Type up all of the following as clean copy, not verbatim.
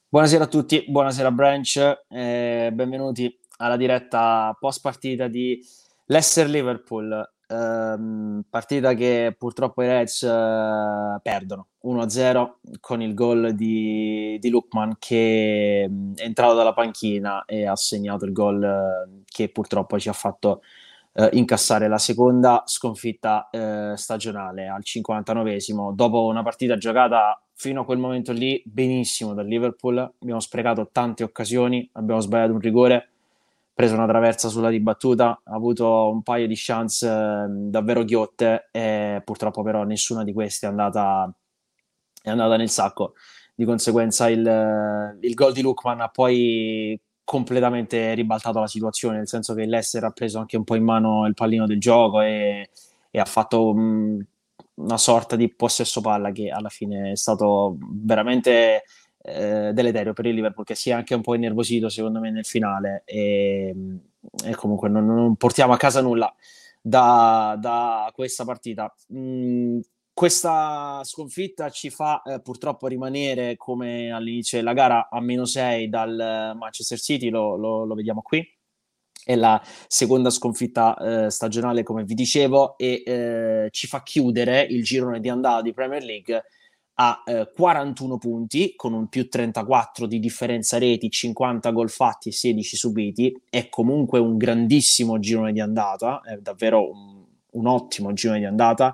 Buonasera a tutti, buonasera Branch, benvenuti alla diretta post partita di Leicester-Liverpool. Partita che purtroppo i Reds perdono 1-0 con il gol di Lookman che è entrato dalla panchina e ha segnato il gol che purtroppo ci ha fatto incassare la seconda sconfitta stagionale al 59esimo, dopo una partita giocata fino a quel momento lì benissimo dal Liverpool. Abbiamo sprecato tante occasioni, abbiamo sbagliato un rigore, preso una traversa sulla ribattuta, ha avuto un paio di chance davvero ghiotte e purtroppo però nessuna di queste è andata nel sacco. Di conseguenza il gol di Lookman ha poi completamente ribaltato la situazione, nel senso che l'Ester ha preso anche un po' in mano il pallino del gioco e ha fatto una sorta di possesso palla che alla fine è stato veramente deleterio per il Liverpool, che si è anche un po' innervosito secondo me nel finale e comunque non portiamo a casa nulla da questa partita. Questa sconfitta ci fa purtroppo rimanere come all'inizio della gara a -6 dal Manchester City, lo vediamo qui. È la seconda sconfitta stagionale, come vi dicevo, e ci fa chiudere il girone di andata di Premier League a 41 punti, con un più 34 di differenza reti, 50 gol fatti e 16 subiti. È comunque un grandissimo girone di andata, è davvero un ottimo girone di andata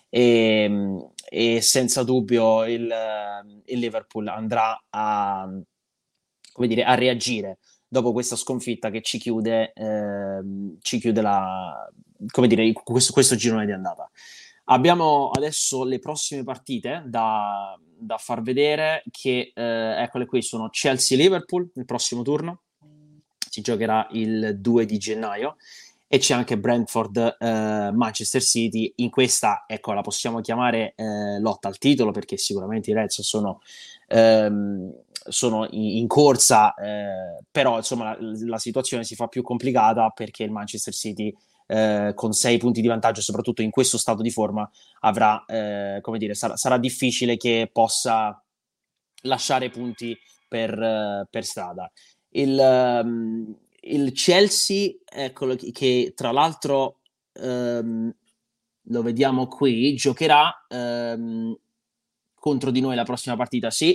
e senza dubbio il Liverpool andrà come dire, a reagire dopo questa sconfitta che ci chiude come dire, questo girone di andata. Abbiamo adesso le prossime partite da far vedere che, eccole qui, sono Chelsea-Liverpool, il prossimo turno, si giocherà il 2 di gennaio, e c'è anche Brentford-Manchester City. In questa, ecco, la possiamo chiamare lotta al titolo, perché sicuramente i Reds sono in corsa, però insomma la situazione si fa più complicata perché il Manchester City con 6 punti di vantaggio, soprattutto in questo stato di forma, avrà, come dire, sarà difficile che possa lasciare punti per strada. Il Chelsea, eccolo, che tra l'altro lo vediamo qui, giocherà contro di noi la prossima partita. Sì,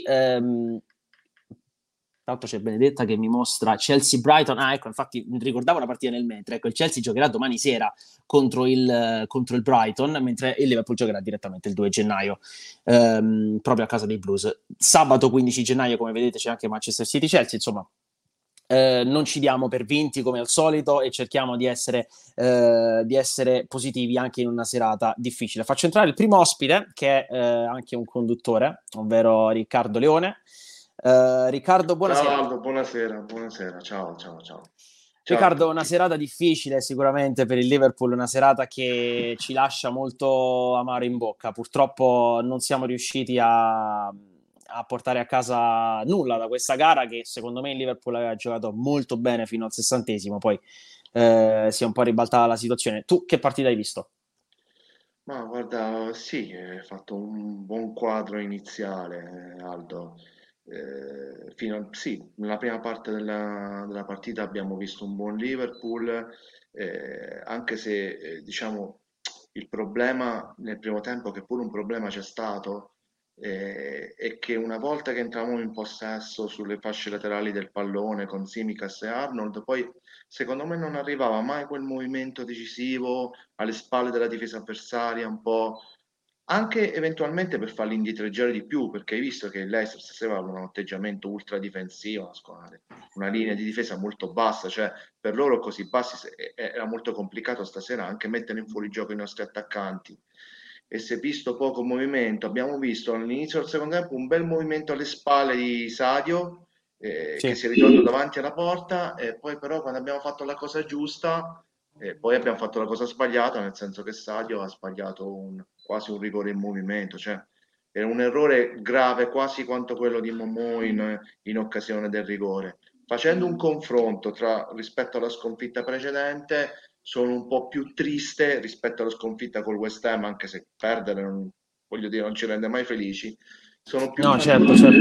tra l'altro c'è Benedetta che mi mostra Chelsea-Brighton. Ah, ecco, infatti ricordavo la partita nel mentre. Ecco, il Chelsea giocherà domani sera contro il Brighton, mentre il Liverpool giocherà direttamente il 2 gennaio, proprio a casa dei Blues. Sabato 15 gennaio, come vedete, c'è anche Manchester City-Chelsea. Insomma, non ci diamo per vinti come al solito e cerchiamo di essere positivi anche in una serata difficile. Faccio entrare il primo ospite, che è anche un conduttore, ovvero Riccardo Leone. Riccardo, Ciao buonasera. Aldo, buonasera, buonasera, ciao, ciao, ciao. Ciao a Riccardo, una tutti. serata difficile sicuramente per il Liverpool, una serata che ci lascia molto amaro in bocca. Purtroppo non siamo riusciti a portare a casa nulla da questa gara, che secondo me il Liverpool aveva giocato molto bene fino al 60esimo, poi si è un po' ribaltata la situazione. Tu che partita hai visto? Ma guarda, sì, hai fatto un buon quadro iniziale, Aldo. Sì, nella prima parte della partita abbiamo visto un buon Liverpool, anche se diciamo il problema nel primo tempo, che pure un problema c'è stato, è che una volta che entravamo in possesso sulle fasce laterali del pallone con Tsimikas e Arnold, poi secondo me non arrivava mai quel movimento decisivo alle spalle della difesa avversaria, un po' anche eventualmente per farli indietreggiare di più, perché hai visto che l'Leicester stasera aveva un atteggiamento ultra difensivo, una linea di difesa molto bassa, cioè per loro così bassi era molto complicato stasera anche mettere in fuorigioco i nostri attaccanti. E si è visto poco movimento, abbiamo visto all'inizio del secondo tempo un bel movimento alle spalle di Sadio, che Sì. si è ritrovato davanti alla porta, e poi però quando abbiamo fatto la cosa giusta, poi abbiamo fatto la cosa sbagliata, nel senso che Sadio ha sbagliato quasi un rigore in movimento, cioè è un errore grave quasi quanto quello di Momo in occasione del rigore. Facendo un confronto rispetto alla sconfitta precedente, sono un po' più triste rispetto alla sconfitta col West Ham, anche se perdere non, voglio dire, non ci rende mai felici. Sono più, No, certo, certo.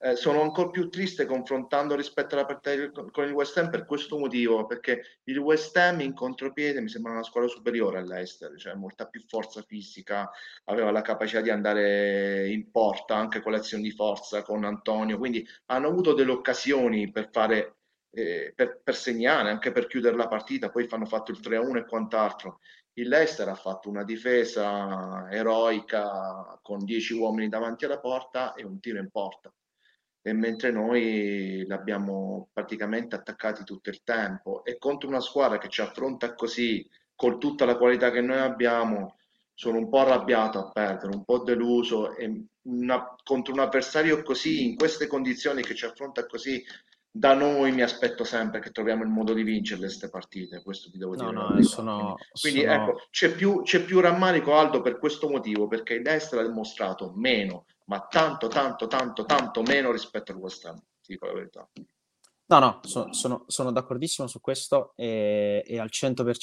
Sono ancora più triste confrontando rispetto alla partita con il West Ham per questo motivo, perché il West Ham in contropiede mi sembra una squadra superiore all'Leicester, cioè molta più forza fisica, aveva la capacità di andare in porta anche con le azioni di forza con Antonio, quindi hanno avuto delle occasioni per fare per segnare, anche per chiudere la partita, poi hanno fatto il 3-1 e quant'altro. Il Leicester ha fatto una difesa eroica con 10 uomini davanti alla porta e un tiro in porta. E mentre noi l'abbiamo praticamente attaccati tutto il tempo e contro una squadra che ci affronta così, con tutta la qualità che noi abbiamo, sono un po' arrabbiato a perdere, un po' deluso e contro un avversario così, in queste condizioni che ci affronta così, da noi mi aspetto sempre che troviamo il modo di vincerle queste partite, questo ti devo No, dire la no, verità. Quindi ecco, c'è più rammarico Aldo per questo motivo, perché il Leicester ha dimostrato meno, ma tanto, tanto, tanto, tanto meno rispetto al West Ham, ti dico la verità. no, no, sono d'accordissimo su questo e al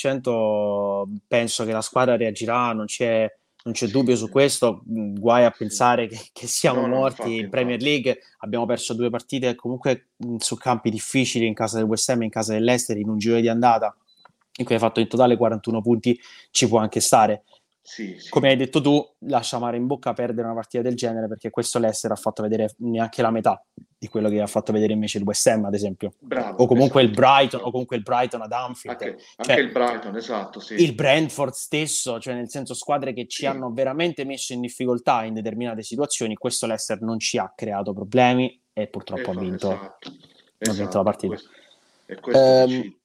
100% penso che la squadra reagirà, non c'è Sì, dubbio su questo. Guai a sì. pensare che siamo No, no, morti infatti, in Premier infatti. League, abbiamo perso due partite comunque su campi difficili, in casa del West Ham e in casa dell'Ester, in un giro di andata in cui hai fatto in totale 41 punti, ci può anche stare. Sì, Come sì. hai detto tu, lascia amare in bocca perdere una partita del genere, perché questo l'Ester ha fatto vedere neanche la metà di quello che ha fatto vedere invece il West Ham, ad esempio, o Bravo, comunque il esatto, Brighton, o esatto. comunque il Brighton ad Anfield, Anche cioè il Brighton, esatto, sì. il Brentford stesso, cioè nel senso squadre che ci Sì, hanno veramente messo in difficoltà in determinate situazioni. Questo l'Ester non ci ha creato problemi e purtroppo esatto, ha vinto la esatto. partita. E questo Ehm, decide.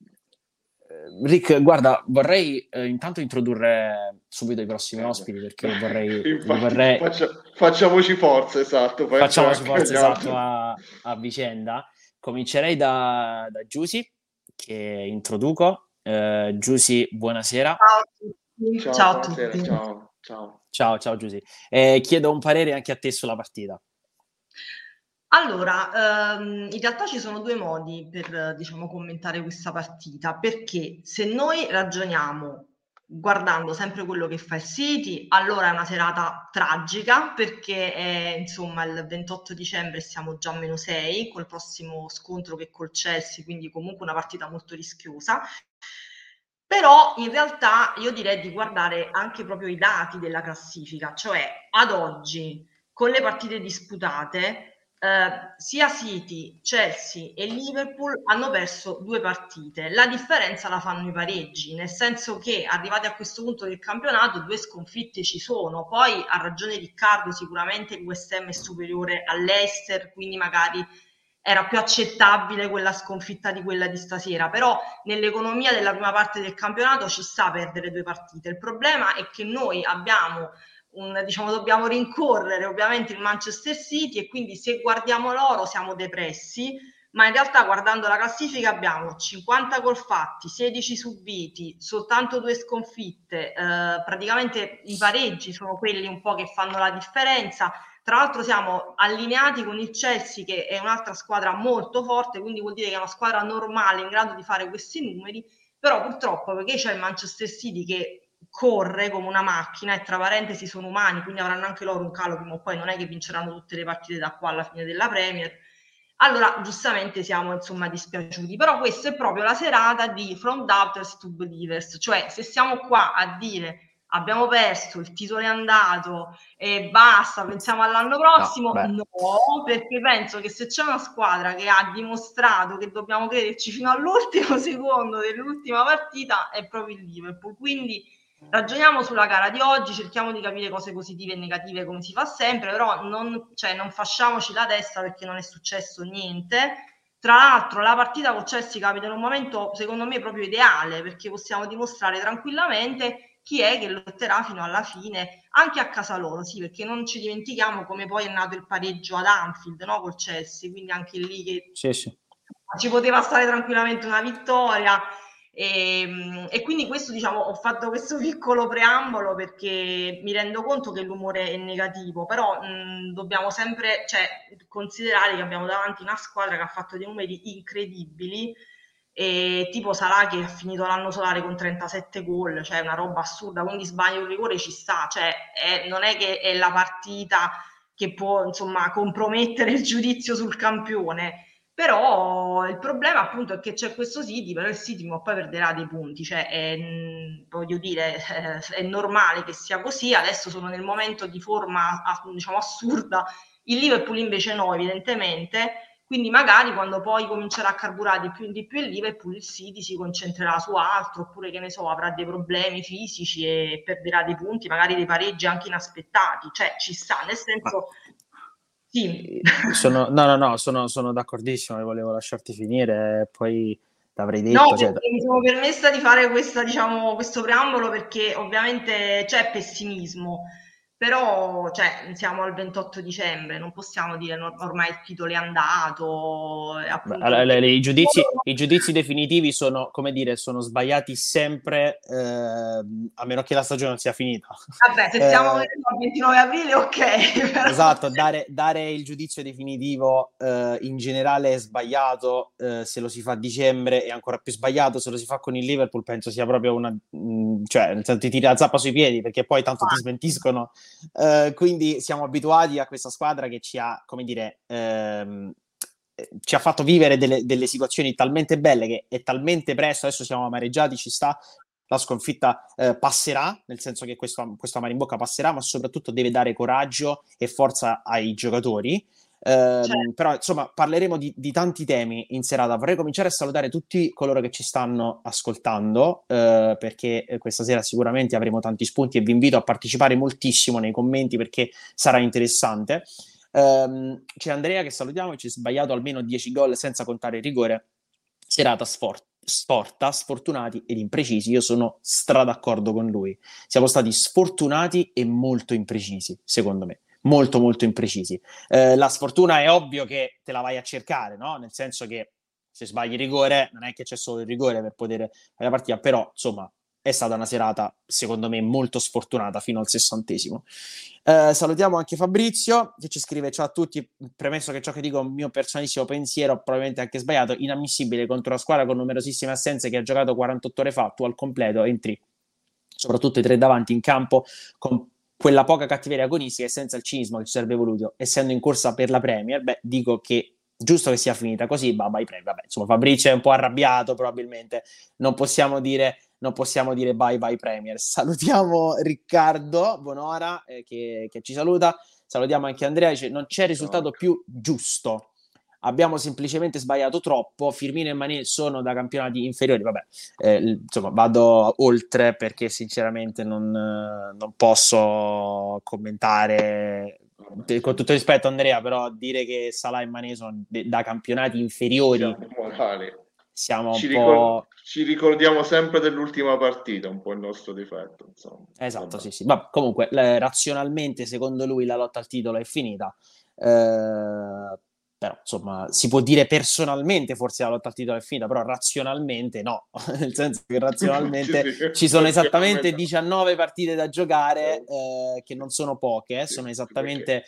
Rick, guarda, vorrei intanto introdurre subito i prossimi Dai. ospiti perché vorrei, li Infatti, vorrei facciamoci forza, esatto, fai entrare facciamoci anche forza gli esatto altri. a vicenda. Comincerei da Giusy, che introduco. Giusy, buonasera. Ciao a tutti. Ciao, Ciao a buonasera, tutti. ciao, ciao. Ciao, ciao Giusy. Chiedo un parere anche a te sulla partita. Allora, in realtà ci sono due modi per, diciamo, commentare questa partita, perché se noi ragioniamo guardando sempre quello che fa il City, allora è una serata tragica, perché è insomma il 28 dicembre siamo già a -6 col prossimo scontro che è col Chelsea, quindi comunque una partita molto rischiosa. Però in realtà io direi di guardare anche proprio i dati della classifica, cioè ad oggi con le partite disputate sia City, Chelsea e Liverpool hanno perso 2 partite. La differenza la fanno i pareggi, nel senso che arrivati a questo punto del campionato 2 sconfitte ci sono. Poi ha ragione Riccardo, sicuramente il West Ham è superiore all'Leicester, quindi magari era più accettabile quella sconfitta di quella di stasera, però nell'economia della prima parte del campionato ci sta a perdere 2 partite. Il problema è che noi abbiamo diciamo, dobbiamo rincorrere ovviamente il Manchester City e quindi se guardiamo loro siamo depressi, ma in realtà guardando la classifica abbiamo 50 gol fatti, 16 subiti, soltanto 2 sconfitte, praticamente i pareggi sono quelli un po' che fanno la differenza. Tra l'altro siamo allineati con il Chelsea che è un'altra squadra molto forte, quindi vuol dire che è una squadra normale in grado di fare questi numeri, però purtroppo perché c'è il Manchester City che corre come una macchina e tra parentesi sono umani, quindi avranno anche loro un calo prima o poi, non è che vinceranno tutte le partite da qua alla fine della Premier. Allora, giustamente siamo insomma dispiaciuti, però questa è proprio la serata di From Doubters to Believers, cioè se siamo qua a dire abbiamo perso, il titolo è andato e basta, pensiamo all'anno No, prossimo, beh, no, perché penso che se c'è una squadra che ha dimostrato che dobbiamo crederci fino all'ultimo secondo dell'ultima partita è proprio il Liverpool, quindi ragioniamo sulla gara di oggi, cerchiamo di capire cose positive e negative come si fa sempre, però non fasciamoci la testa perché non è successo niente. Tra l'altro la partita con Chelsea capita in un momento secondo me proprio ideale perché possiamo dimostrare tranquillamente chi è che lotterà fino alla fine anche a casa loro, sì, perché non ci dimentichiamo come poi è nato il pareggio ad Anfield, no, col Chelsea, quindi anche lì che sì, sì. ci poteva stare tranquillamente una vittoria e quindi questo diciamo ho fatto questo piccolo preambolo perché mi rendo conto che l'umore è negativo però dobbiamo sempre considerare che abbiamo davanti una squadra che ha fatto dei numeri incredibili e tipo Salah che ha finito l'anno solare con 37 gol, cioè una roba assurda, quindi sbaglia un rigore ci sta, cioè non è che è la partita che può insomma compromettere il giudizio sul campione. Però il problema appunto è che c'è questo City, però il City poi perderà dei punti, cioè voglio dire, è normale che sia così. Adesso sono nel momento di forma diciamo assurda, il Liverpool invece no, evidentemente, quindi magari quando poi comincerà a carburare di più il Liverpool, il City si concentrerà su altro, oppure che ne so, avrà dei problemi fisici e perderà dei punti, magari dei pareggi anche inaspettati, cioè ci sta, nel senso... Sì. Sono d'accordissimo, volevo lasciarti finire e poi l'avrei detto. No, perché mi sono permessa di fare diciamo, questo preambolo perché ovviamente c'è pessimismo, però cioè, siamo al 28 dicembre, non possiamo dire ormai il titolo è andato, appunto perché... I giudizi definitivi sono, come dire, sono sbagliati sempre, a meno che la stagione non sia finita. Vabbè, se siamo al 29 aprile, ok. Però... Esatto, dare il giudizio definitivo in generale è sbagliato, se lo si fa a dicembre è ancora più sbagliato, se lo si fa con il Liverpool penso sia proprio cioè ti tiri la zappa sui piedi perché poi tanto ti smentiscono, quindi siamo abituati a questa squadra che ci ha, come dire, ci ha fatto vivere delle situazioni talmente belle che è talmente presto, adesso siamo amareggiati, ci sta, la sconfitta passerà, nel senso che questo amaro in bocca passerà, ma soprattutto deve dare coraggio e forza ai giocatori. Però insomma parleremo di tanti temi in serata. Vorrei cominciare a salutare tutti coloro che ci stanno ascoltando, perché questa sera sicuramente avremo tanti spunti e vi invito a partecipare moltissimo nei commenti perché sarà interessante. C'è Andrea che salutiamo, ci ha sbagliato almeno 10 gol senza contare il rigore. Serata storta, sfortunati ed imprecisi. Io sono d'accordo con lui. Siamo stati sfortunati e molto imprecisi, secondo me. Molto, molto imprecisi. La sfortuna è ovvio che te la vai a cercare, no? Nel senso che se sbagli il rigore, non è che c'è solo il rigore per poter fare la partita, però, insomma, è stata una serata, secondo me, molto sfortunata fino al 60°. Salutiamo anche Fabrizio che ci scrive: ciao a tutti, premesso che ciò che dico è un mio personalissimo pensiero, probabilmente anche sbagliato, inammissibile contro una squadra con numerosissime assenze che ha giocato 48 ore fa, tu al completo entri soprattutto i tre davanti in campo con quella poca cattiveria agonistica e senza il cinismo che ci sarebbe voluto, essendo in corsa per la Premier. Beh, dico che giusto che sia finita così, bye Premier. Vabbè, insomma, Fabrizio è un po' arrabbiato, probabilmente non possiamo dire bye Premier. Salutiamo Riccardo Bonora che ci saluta, salutiamo anche Andrea, dice non c'è risultato più giusto, abbiamo semplicemente sbagliato troppo, Firmino e Mané sono da campionati inferiori. Vabbè, insomma vado oltre perché sinceramente non posso commentare, con tutto rispetto Andrea, però dire che Salah e Mané sono da campionati inferiori siamo un po'... Ci ricordiamo sempre dell'ultima partita, un po' il nostro difetto, insomma. Esatto, sì. Vabbè, comunque, razionalmente, secondo lui, la lotta al titolo è finita. Però, insomma, si può dire personalmente forse la lotta al titolo è finita, però razionalmente no. Nel senso che razionalmente ci sono esattamente 19 partite da giocare, che non sono poche, sono esattamente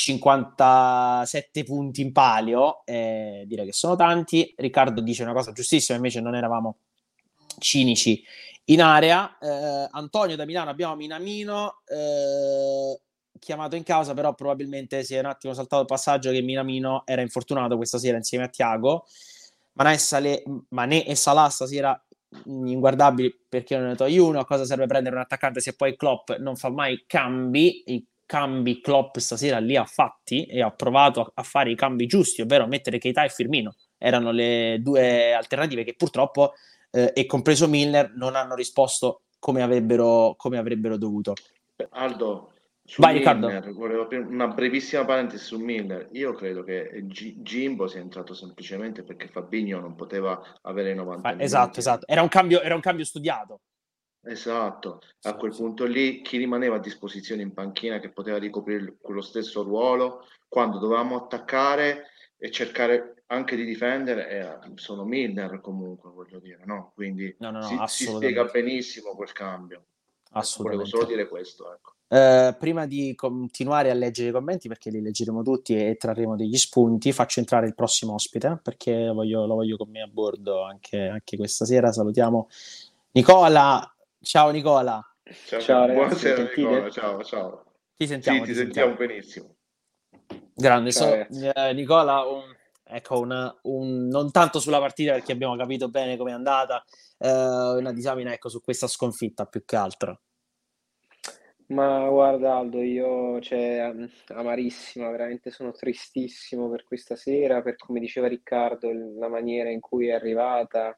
57 punti in palio, direi che sono tanti. Riccardo dice una cosa giustissima, invece non eravamo cinici in area. Antonio da Milano, abbiamo Minamino chiamato in causa, però probabilmente si è un attimo saltato il passaggio che Minamino era infortunato questa sera insieme a Thiago. Mané e Salah stasera inguardabili perché non ne togli uno. A cosa serve prendere un attaccante se poi Klopp non fa mai cambi? I cambi Klopp stasera li ha fatti e ha provato a fare i cambi giusti, ovvero mettere Keita e Firmino. Erano le due alternative che purtroppo e compreso Milner non hanno risposto come avrebbero dovuto. Aldo, su Vai, Milner, Riccardo. volevo una brevissima parentesi su Milner. Io credo che Jimbo sia entrato semplicemente perché Fabinho non poteva avere 90 minuti. Esatto. Era un cambio studiato. Esatto, a quel punto lì chi rimaneva a disposizione in panchina che poteva ricoprire quello stesso ruolo quando dovevamo attaccare e cercare anche di difendere sono Milner comunque, voglio dire, no? Quindi si spiega benissimo quel cambio. Volevo solo dire questo, ecco. Prima di continuare a leggere i commenti, perché li leggeremo tutti e trarremo degli spunti, faccio entrare il prossimo ospite perché lo voglio con me a bordo anche questa sera. Salutiamo Nicola. Ciao Nicola. Ciao ragazzi, buonasera Nicola, ciao. Ti sentiamo, ti sentiamo benissimo. Grande, Ciao ragazzi. Nicola, ecco, non tanto sulla partita perché abbiamo capito bene com'è andata, una disamina ecco, su questa sconfitta più che altro. Ma guarda Aldo, amarissima, veramente sono tristissimo per questa sera, per come diceva Riccardo, la maniera in cui è arrivata.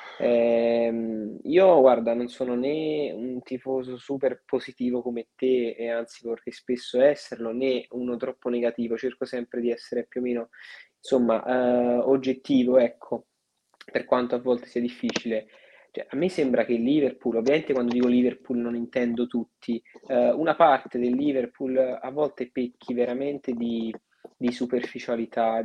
Io, guarda, non sono né un tifoso super positivo come te, e anzi vorrei spesso esserlo, né uno troppo negativo, cerco sempre di essere più o meno, insomma, oggettivo, ecco, per quanto a volte sia difficile. Cioè, a me sembra che il Liverpool, ovviamente quando dico Liverpool non intendo tutti, una parte del Liverpool a volte pecchi veramente di superficialità,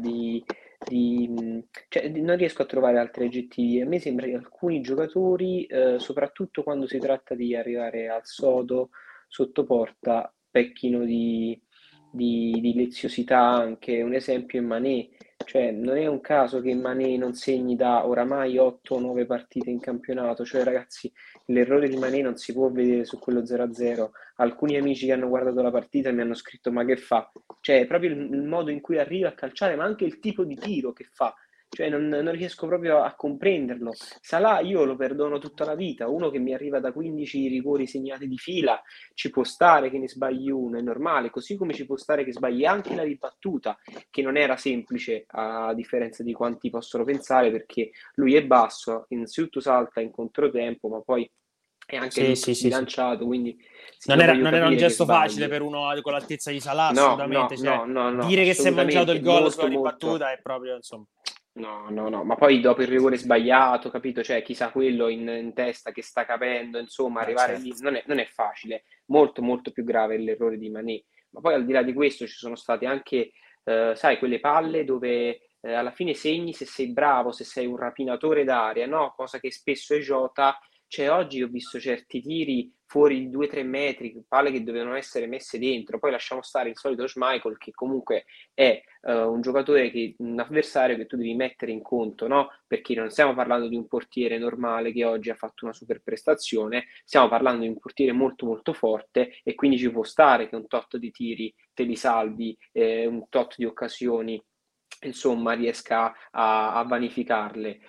non riesco a trovare altri aggettivi. A me sembra che alcuni giocatori, soprattutto quando si tratta di arrivare al sodo sotto porta, pecchino di leziosità anche. Un esempio è Mané, cioè non è un caso che Mané non segni da oramai 8-9 partite in campionato, cioè ragazzi, l'errore di Mané non si può vedere su quello 0-0. Alcuni amici che hanno guardato la partita mi hanno scritto: ma che fa? Cioè, proprio il modo in cui arriva a calciare, ma anche il tipo di tiro che fa. Cioè, non riesco proprio a comprenderlo. Salah io lo perdono tutta la vita. Uno che mi arriva da 15 rigori segnati di fila, ci può stare che ne sbagli uno, è normale. Così come ci può stare che sbagli anche la ribattuta, che non era semplice, a differenza di quanti possono pensare, perché lui è basso, innanzitutto salta in controtempo, ma poi è anche Sì, tutto sì, sì, sì. sbilanciato, quindi sì, Non lo era, voglio non era un capire che gesto facile sbagli. per uno con l'altezza di Salah, No, no, assolutamente. Cioè, no, no, no, dire che si è mangiato il assolutamente, gol sulla molto, molto. ribattuta è proprio, insomma. No, no, no, ma poi dopo il rigore sbagliato, capito? Cioè, chissà quello in testa che sta capendo, insomma, arrivare lì Certo. non è facile, molto, molto più grave è l'errore di Mané. Ma poi al di là di questo ci sono state anche, sai, quelle palle dove alla fine segni se sei bravo, se sei un rapinatore d'aria, no? Cosa che spesso è Jota. Cioè, oggi ho visto certi tiri fuori di 2-3 metri, palle che dovevano essere messe dentro. Poi lasciamo stare il solito Schmeichel, che comunque è un giocatore, un avversario che tu devi mettere in conto, no? Perché non stiamo parlando di un portiere normale che oggi ha fatto una super prestazione, stiamo parlando di un portiere molto molto forte, e quindi ci può stare che un tot di tiri te li salvi, un tot di occasioni, insomma, riesca a vanificarle.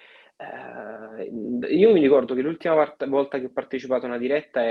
Io mi ricordo che l'ultima volta che ho partecipato a una diretta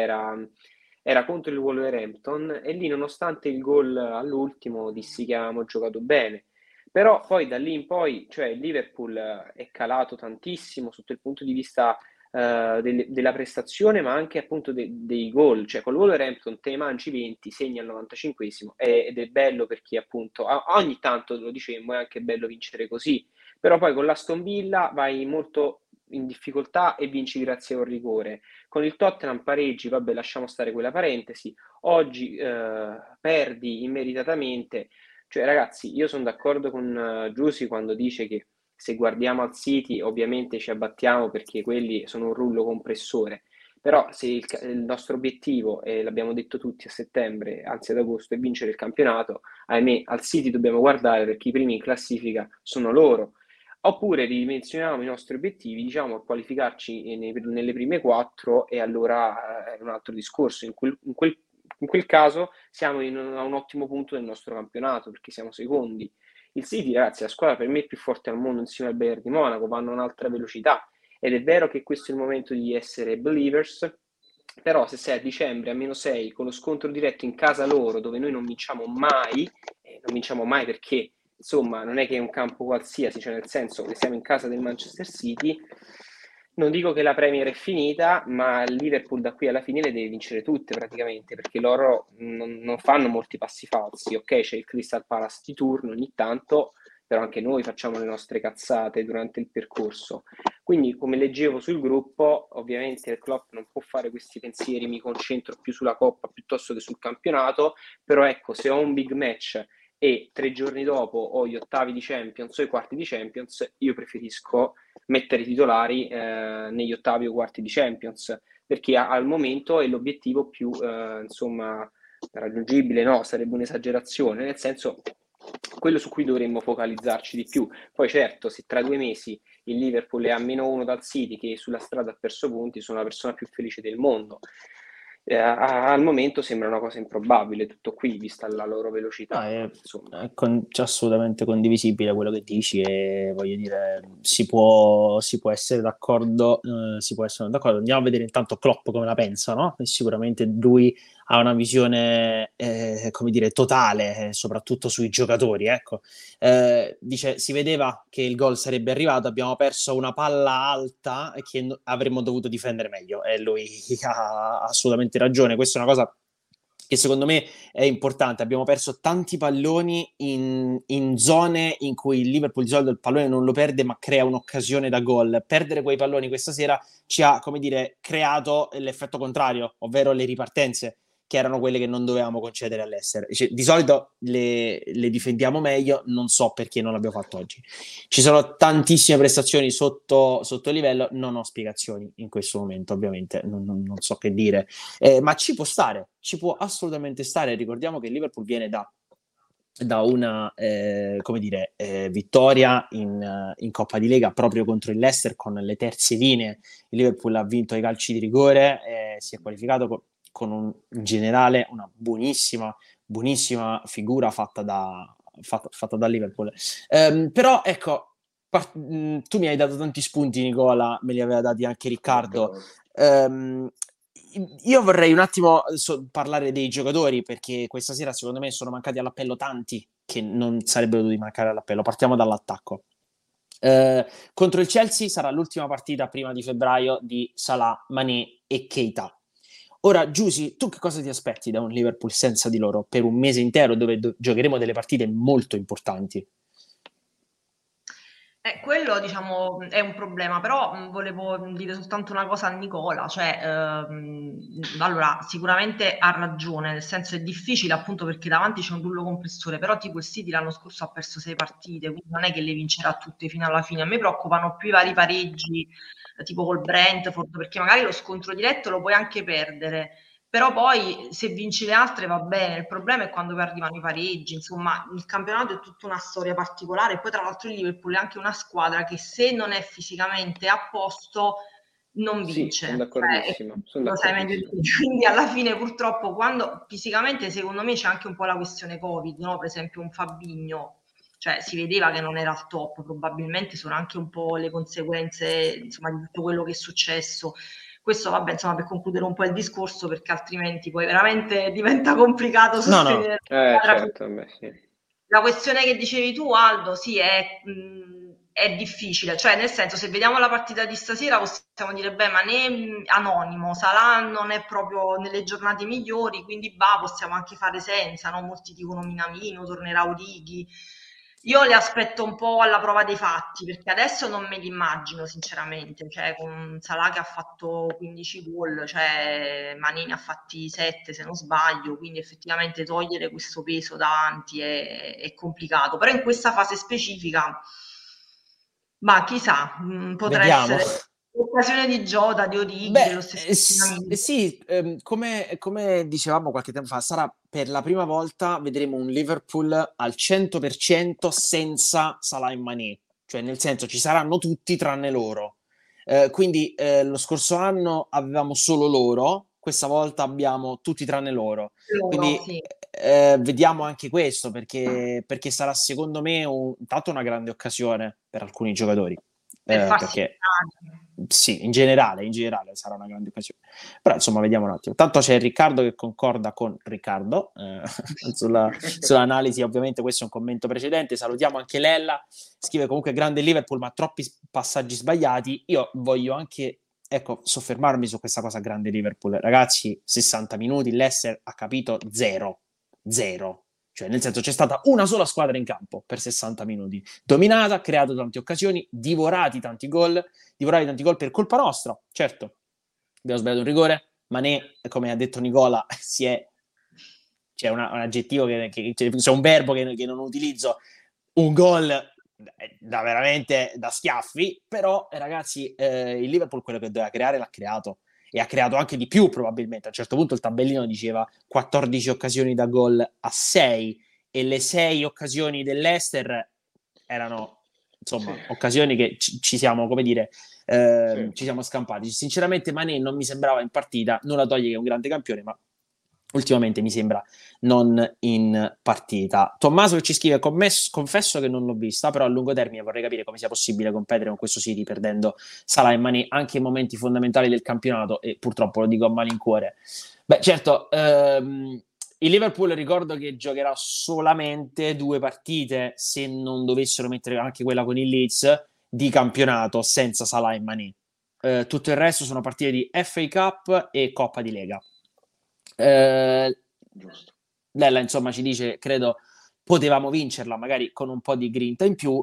era contro il Wolverhampton, e lì, nonostante il gol all'ultimo, dissi che avevamo giocato bene. Però poi da lì in poi, cioè, il Liverpool è calato tantissimo sotto il punto di vista della prestazione, ma anche appunto dei gol. Cioè, col Wolverhampton te ne mangi 20, segni al 95esimo, ed è bello perché appunto ogni tanto, lo dicemmo, è anche bello vincere così. Però poi con l'Aston Villa vai molto in difficoltà e vinci grazie a un rigore. Con il Tottenham pareggi, vabbè, lasciamo stare quella parentesi. Oggi perdi immeritatamente. Cioè, ragazzi, io sono d'accordo con Giusy quando dice che se guardiamo al City ovviamente ci abbattiamo perché quelli sono un rullo compressore. Però se il nostro obiettivo, e l'abbiamo detto tutti a settembre, anzi ad agosto, è vincere il campionato, ahimè al City dobbiamo guardare perché i primi in classifica sono loro. Oppure ridimensioniamo i nostri obiettivi, diciamo a qualificarci nelle prime quattro, e allora è un altro discorso. In quel caso siamo a un ottimo punto del nostro campionato perché siamo secondi. Il City, ragazzi, è la squadra per me più forte al mondo insieme al Bayern di Monaco, vanno a un'altra velocità, ed è vero che questo è il momento di essere believers, però se sei a dicembre a -6 con lo scontro diretto in casa loro, dove noi non vinciamo mai, non vinciamo mai perché insomma non è che è un campo qualsiasi, cioè nel senso che siamo in casa del Manchester City. Non dico che la Premier è finita, ma il Liverpool da qui alla fine le deve vincere tutte praticamente, perché loro non fanno molti passi falsi. Ok, c'è il Crystal Palace di turno ogni tanto, però anche noi facciamo le nostre cazzate durante il percorso. Quindi, come leggevo sul gruppo, ovviamente il Klopp non può fare questi pensieri, mi concentro più sulla Coppa piuttosto che sul campionato, però ecco, se ho un big match e 3 giorni dopo ho gli ottavi di Champions o i quarti di Champions, io preferisco mettere i titolari negli ottavi o quarti di Champions, perché al momento è l'obiettivo più insomma raggiungibile, no, sarebbe un'esagerazione, nel senso quello su cui dovremmo focalizzarci di più. Poi certo, se tra 2 mesi il Liverpool è a -1 dal City, che sulla strada ha perso punti, sono la persona più felice del mondo. al momento sembra una cosa improbabile, tutto qui, vista la loro No, velocità, è, insomma. c'è assolutamente condivisibile quello che dici e voglio dire, si può essere d'accordo, si può essere d'accordo. Andiamo a vedere intanto Klopp come la pensa, no? E sicuramente lui ha una visione, come dire, totale, soprattutto sui giocatori, ecco. Dice, si vedeva che il gol sarebbe arrivato, abbiamo perso una palla alta e che avremmo dovuto difendere meglio e lui ha assolutamente ragione. Questa è una cosa che secondo me è importante. Abbiamo perso tanti palloni in zone in cui il Liverpool di solito il pallone non lo perde ma crea un'occasione da gol. Perdere quei palloni questa sera ci ha, come dire, creato l'effetto contrario, ovvero le ripartenze, che erano quelle che non dovevamo concedere all'Leicester. Cioè, di solito le difendiamo meglio, non so perché non l'abbiamo fatto oggi. Ci sono tantissime prestazioni sotto livello, non ho spiegazioni in questo momento, ovviamente, non so che dire. Ma ci può stare, ci può assolutamente stare. Ricordiamo che il Liverpool viene da una come dire, vittoria in Coppa di Lega proprio contro il Leicester con le terze linee. Il Liverpool ha vinto i calci di rigore, si è qualificato con un generale, una buonissima figura fatta da Liverpool. Però ecco, tu mi hai dato tanti spunti, Nicola, me li aveva dati anche Riccardo. Io vorrei un attimo parlare dei giocatori, perché questa sera secondo me sono mancati all'appello tanti che non sarebbero dovuti mancare all'appello. Partiamo dall'attacco. Contro il Chelsea sarà l'ultima partita prima di febbraio di Salah, Mané e Keita. Ora, Giusy, tu che cosa ti aspetti da un Liverpool senza di loro per un mese intero dove giocheremo delle partite molto importanti? Quello diciamo è un problema, però volevo dire soltanto una cosa a Nicola, cioè allora sicuramente ha ragione, nel senso è difficile appunto perché davanti c'è un rullo compressore, però tipo il City l'anno scorso ha perso 6 partite, quindi non è che le vincerà tutte fino alla fine. A me preoccupano più i vari pareggi, tipo col Brentford, perché magari lo scontro diretto lo puoi anche perdere. Però poi se vinci le altre va bene, il problema è quando arrivano i pareggi, insomma il campionato è tutta una storia particolare e poi tra l'altro il Liverpool è anche una squadra che se non è fisicamente a posto non Sì, sono vince, d'accordissimo, sono lo sai meglio di d'accordissimo. me. Quindi alla fine purtroppo quando fisicamente secondo me c'è anche un po' la questione Covid, no? Per esempio un Fabinho, cioè si vedeva che non era al top, probabilmente sono anche un po' le conseguenze insomma di tutto quello che è successo. Questo vabbè, insomma, per concludere un po' il discorso, perché altrimenti poi veramente diventa complicato No, no. sostenere la squadra. Certo, beh, sì. La questione che dicevi tu, Aldo, sì, è difficile, cioè nel senso se vediamo la partita di stasera possiamo dire, beh, ma né anonimo, Salah non è proprio nelle giornate migliori, quindi possiamo anche fare senza, no? Molti dicono Minamino, tornerà Origi. Io le aspetto un po' alla prova dei fatti, perché adesso non me li immagino sinceramente, cioè con Salah che ha fatto 15 gol, cioè Mané ne ha fatti 7 se non sbaglio, quindi effettivamente togliere questo peso davanti è complicato, però in questa fase specifica, ma chissà, potrà Vediamo. essere l'occasione di Jota, di Origi, dello Beh, stesso Minamino. sì, come dicevamo qualche tempo fa, sarà per la prima volta vedremo un Liverpool al 100% senza Salah e Mané, cioè nel senso ci saranno tutti tranne loro. Quindi lo scorso anno avevamo solo loro, questa volta abbiamo tutti tranne loro. Loro, Quindi sì. vediamo anche questo perché sarà secondo me intanto una grande occasione per alcuni giocatori. Per farsi Perché notare. sì, in generale sarà una grande occasione. Però insomma, vediamo un attimo. Tanto c'è Riccardo che concorda con Riccardo sull'analisi. Ovviamente questo è un commento precedente. Salutiamo anche Lella. Scrive comunque grande Liverpool, ma troppi passaggi sbagliati. Io voglio anche, ecco, soffermarmi su questa cosa grande Liverpool. Ragazzi, 60 minuti, l'Ester ha capito zero. Cioè, nel senso, c'è stata una sola squadra in campo per 60 minuti. Dominata, creato tante occasioni, divorati tanti gol per colpa nostra. Certo, abbiamo sbagliato un rigore. Mané, come ha detto Nicola, c'è un aggettivo c'è un verbo che non utilizzo, un gol da veramente da schiaffi, però ragazzi il Liverpool quello che doveva creare l'ha creato e ha creato anche di più probabilmente. A un certo punto il tabellino diceva 14 occasioni da gol a 6 e le 6 occasioni dell'Ester erano insomma, Sì, occasioni che ci siamo, come dire, sì. ci siamo scampati. Sinceramente Mané non mi sembrava in partita, nulla toglie che è un grande campione, ma ultimamente mi sembra non in partita. Tommaso che ci scrive: confesso che non l'ho vista, però a lungo termine vorrei capire come sia possibile competere con questo City perdendo Salah e Mané anche in momenti fondamentali del campionato, e purtroppo lo dico a malincuore. Beh, certo, il Liverpool ricordo che giocherà solamente 2 partite, se non dovessero mettere anche quella con il Leeds, di campionato senza Salah e Mané. Tutto il resto sono partite di FA Cup e Coppa di Lega. Giusto. Lella insomma ci dice, credo potevamo vincerla magari con un po' di grinta in più,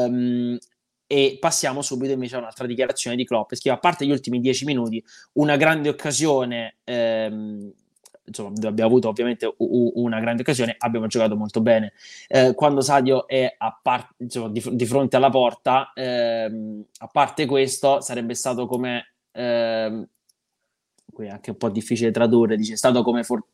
e passiamo subito invece a un'altra dichiarazione di Klopp. Scrive: a parte gli ultimi 10 minuti, una grande occasione, insomma abbiamo avuto ovviamente una grande occasione, abbiamo giocato molto bene. Quando Sadio è insomma, di fronte alla porta, a parte questo sarebbe stato come qui è anche un po' difficile tradurre, dice, è stato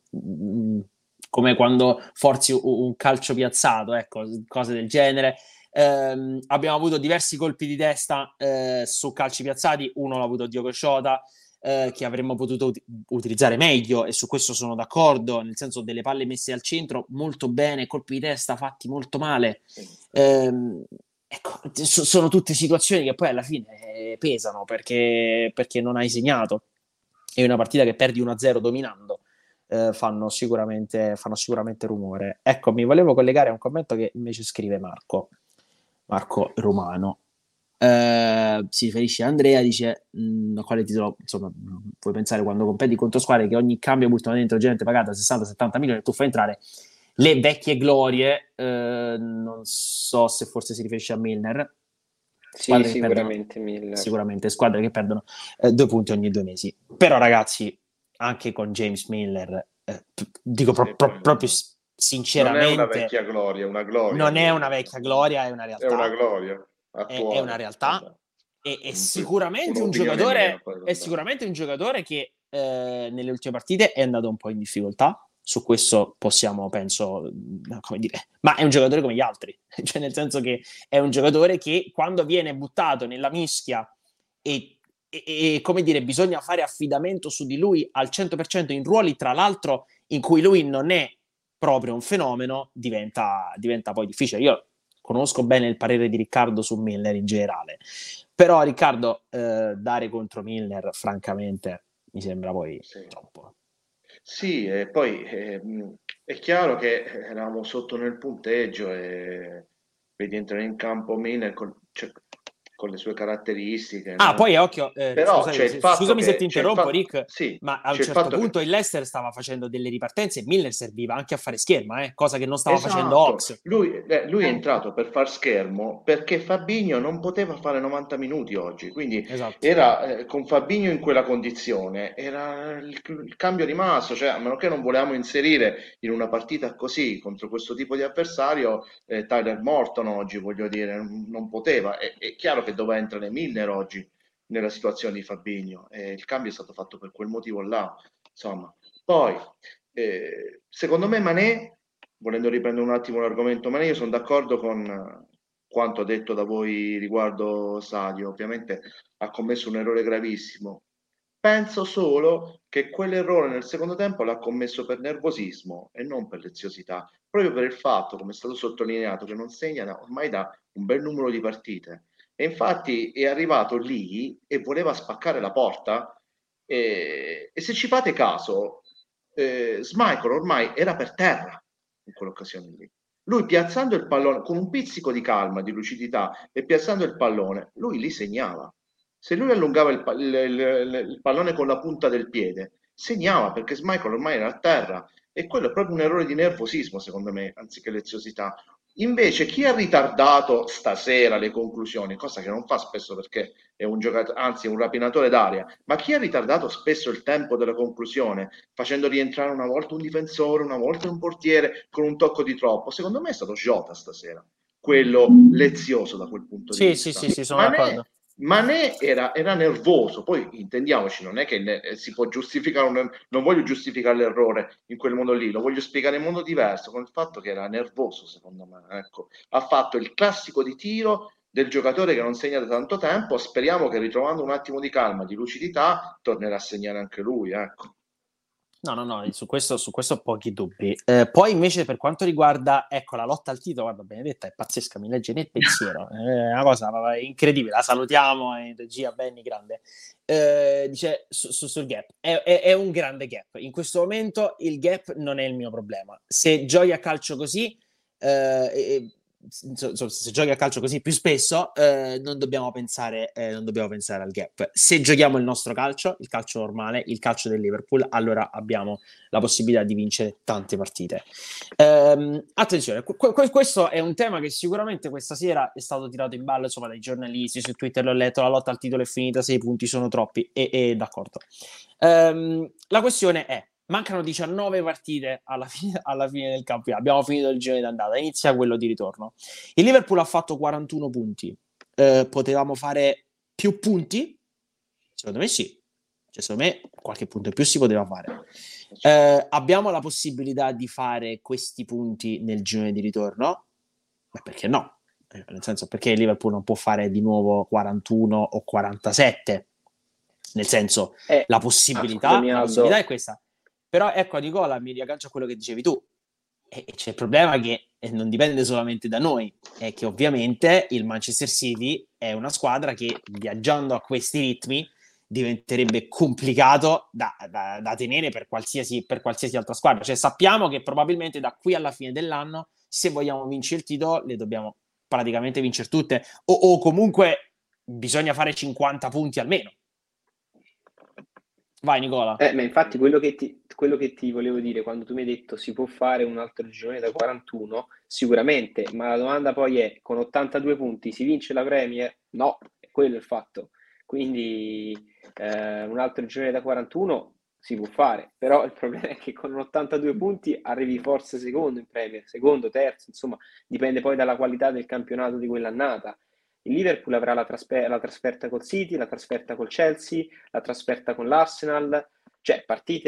come quando forzi un calcio piazzato, ecco, cose del genere. Abbiamo avuto diversi colpi di testa su calci piazzati, uno l'ha avuto Diogo Jota, che avremmo potuto utilizzare meglio, e su questo sono d'accordo, nel senso, delle palle messe al centro molto bene, colpi di testa fatti molto male. Ecco, sono tutte situazioni che poi alla fine pesano perché non hai segnato, e una partita che perdi 1-0 dominando fanno sicuramente rumore. Ecco, mi volevo collegare a un commento che invece scrive Marco Romano. Si riferisce a Andrea, dice: a quale titolo, insomma, puoi pensare quando competi contro squadre che ogni cambio buttano dentro gente pagata 60-70 milioni e tu fai entrare le vecchie glorie. Non so se forse si riferisce a Milner. Sì, Squadre che perdono, sicuramente Miller. sicuramente squadre che perdono 2 punti ogni 2 mesi. Però ragazzi, anche con James Milner, dico Sì, proprio non è una sinceramente, vecchia gloria, è una gloria non è una Milner. vecchia gloria, è una È una realtà. gloria È una attuale. realtà, è sicuramente un Un'opinione mia, giocatore, poi, è sicuramente un giocatore che nelle ultime partite è andato un po' in difficoltà. Su questo possiamo, penso, come dire, ma è un giocatore come gli altri, cioè nel senso che è un giocatore che quando viene buttato nella mischia e come dire, bisogna fare affidamento su di lui al 100% in ruoli, tra l'altro, in cui lui non è proprio un fenomeno, diventa poi difficile. Io conosco bene il parere di Riccardo su Milner in generale, però Riccardo, dare contro Milner francamente mi sembra poi troppo. Sì, e poi è chiaro che eravamo sotto nel punteggio e vedi entrare in campo Milner con le sue caratteristiche, no? Poi occhio, Però c'è il fatto scusami se ti che interrompo, Rick, sì, ma a un c'è il certo fatto che punto il Leicester stava facendo delle ripartenze e Milner serviva anche a fare scherma, cosa che non stava facendo esatto, Ox. lui è entrato per far schermo perché Fabinho non poteva fare 90 minuti oggi, quindi Esatto. era con Fabinho in quella condizione, era il cambio rimasto, cioè a meno che non volevamo inserire in una partita così contro questo tipo di avversario Tyler Morton oggi, voglio dire, non poteva, è chiaro che doveva entrare Milner oggi nella situazione di Fabinho e il cambio è stato fatto per quel motivo là, insomma. Poi, secondo me Mané, volendo riprendere un attimo l'argomento Mané, io sono d'accordo con quanto detto da voi riguardo Sadio, ovviamente ha commesso un errore gravissimo. Penso solo che quell'errore nel secondo tempo l'ha commesso per nervosismo e non per leziosità, proprio per il fatto, come è stato sottolineato, che non segna ormai da un bel numero di partite. E infatti è arrivato lì e voleva spaccare la porta e se ci fate caso, Schmeichel ormai era per terra in quell'occasione lì. Lui piazzando il pallone con un pizzico di calma, di lucidità e piazzando il pallone, lui li segnava. Se lui allungava il pallone con la punta del piede, segnava perché Schmeichel ormai era a terra e quello è proprio un errore di nervosismo, secondo me, anziché leziosità. Invece chi ha ritardato stasera le conclusioni, cosa che non fa spesso perché è un giocatore, anzi è un rapinatore d'aria, ma chi ha ritardato spesso il tempo della conclusione, facendo rientrare una volta un difensore, una volta un portiere con un tocco di troppo, secondo me è stato Jota stasera, quello lezioso da quel punto di Sì, sì, vista. sì, sì, sono Mané, d'accordo. Mané era nervoso, poi intendiamoci, non è che si può giustificare, non voglio giustificare l'errore in quel modo lì, lo voglio spiegare in modo diverso, con il fatto che era nervoso secondo me, ecco. Ha fatto il classico di tiro del giocatore che non segna da tanto tempo. Speriamo che ritrovando un attimo di calma, di lucidità, tornerà a segnare anche lui, ecco. No, su questo pochi dubbi. Poi invece per quanto riguarda, ecco, la lotta al titolo, guarda, Benedetta è pazzesca, mi legge nel pensiero, è una cosa incredibile, la salutiamo in regia, Benny, grande. Dice sul gap, è un grande gap, in questo momento il gap non è il mio problema, se giochi a calcio così, se giochi a calcio così più spesso, non dobbiamo pensare al gap. Se giochiamo il nostro calcio, il calcio normale, il calcio del Liverpool, allora abbiamo la possibilità di vincere tante partite. Attenzione, questo è un tema che sicuramente questa sera è stato tirato in ballo, insomma, dai giornalisti, su Twitter l'ho letto, la lotta al titolo è finita, 6 punti sono troppi, e d'accordo. La questione è: mancano 19 partite alla fine del campionato. Abbiamo finito il girone d'andata, inizia quello di ritorno. Il Liverpool ha fatto 41 punti. Potevamo fare più punti? Secondo me sì. Cioè, secondo me qualche punto in più si poteva fare. Abbiamo la possibilità di fare questi punti nel girone di ritorno? Beh, perché no? Nel senso, perché il Liverpool non può fare di nuovo 41 o 47? Nel senso, la possibilità è questa. Però ecco, Nicola, mi riaggancio a quello che dicevi tu. E c'è il problema che non dipende solamente da noi, è che ovviamente il Manchester City è una squadra che, viaggiando a questi ritmi, diventerebbe complicato da tenere per qualsiasi altra squadra. Cioè, sappiamo che probabilmente da qui alla fine dell'anno, se vogliamo vincere il titolo, le dobbiamo praticamente vincere tutte, o comunque bisogna fare 50 punti almeno. Vai, Nicola. Ma infatti quello che ti volevo dire, quando tu mi hai detto si può fare un altro girone da 41, sicuramente, ma la domanda poi è: con 82 punti si vince la Premier? No, è quello il fatto. Quindi un altro girone da 41 si può fare, però il problema è che con 82 punti arrivi forse secondo in Premier, secondo, terzo, insomma, dipende poi dalla qualità del campionato di quell'annata. Il Liverpool avrà la trasferta col City, la trasferta col Chelsea, la trasferta con l'Arsenal, cioè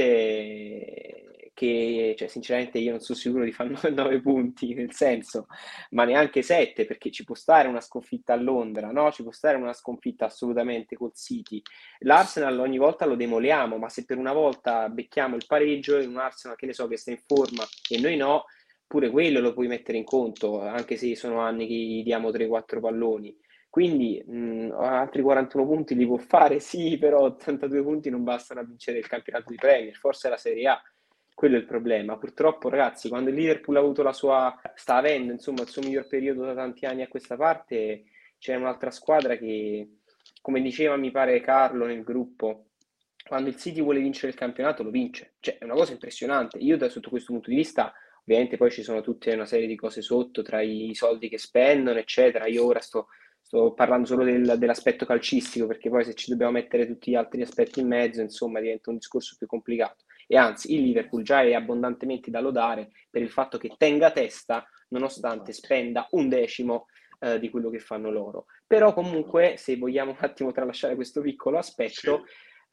partite che, cioè, sinceramente io non sono sicuro di fare 9 punti, nel senso, ma neanche 7, perché ci può stare una sconfitta a Londra, no? Ci può stare una sconfitta assolutamente col City. L'Arsenal ogni volta lo demoliamo, ma se per una volta becchiamo il pareggio in un Arsenal, che ne so, che sta in forma e noi no, pure quello lo puoi mettere in conto, anche se sono anni che gli diamo 3-4 palloni. Quindi altri 41 punti li può fare, sì, però 82 punti non bastano a vincere il campionato di Premier, forse la Serie A. Quello è il problema. Purtroppo, ragazzi, quando il Liverpool ha avuto sta avendo, insomma, il suo miglior periodo da tanti anni a questa parte, c'è un'altra squadra che, come diceva, mi pare Carlo nel gruppo, quando il City vuole vincere il campionato lo vince. Cioè, è una cosa impressionante. Io sotto questo punto di vista, ovviamente poi ci sono tutta una serie di cose sotto, tra i soldi che spendono, eccetera. Io ora sto parlando solo dell'aspetto calcistico, perché poi se ci dobbiamo mettere tutti gli altri aspetti in mezzo, insomma, diventa un discorso più complicato. E anzi, il Liverpool già è abbondantemente da lodare per il fatto che tenga testa, nonostante spenda un decimo di quello che fanno loro. Però comunque, se vogliamo un attimo tralasciare questo piccolo aspetto,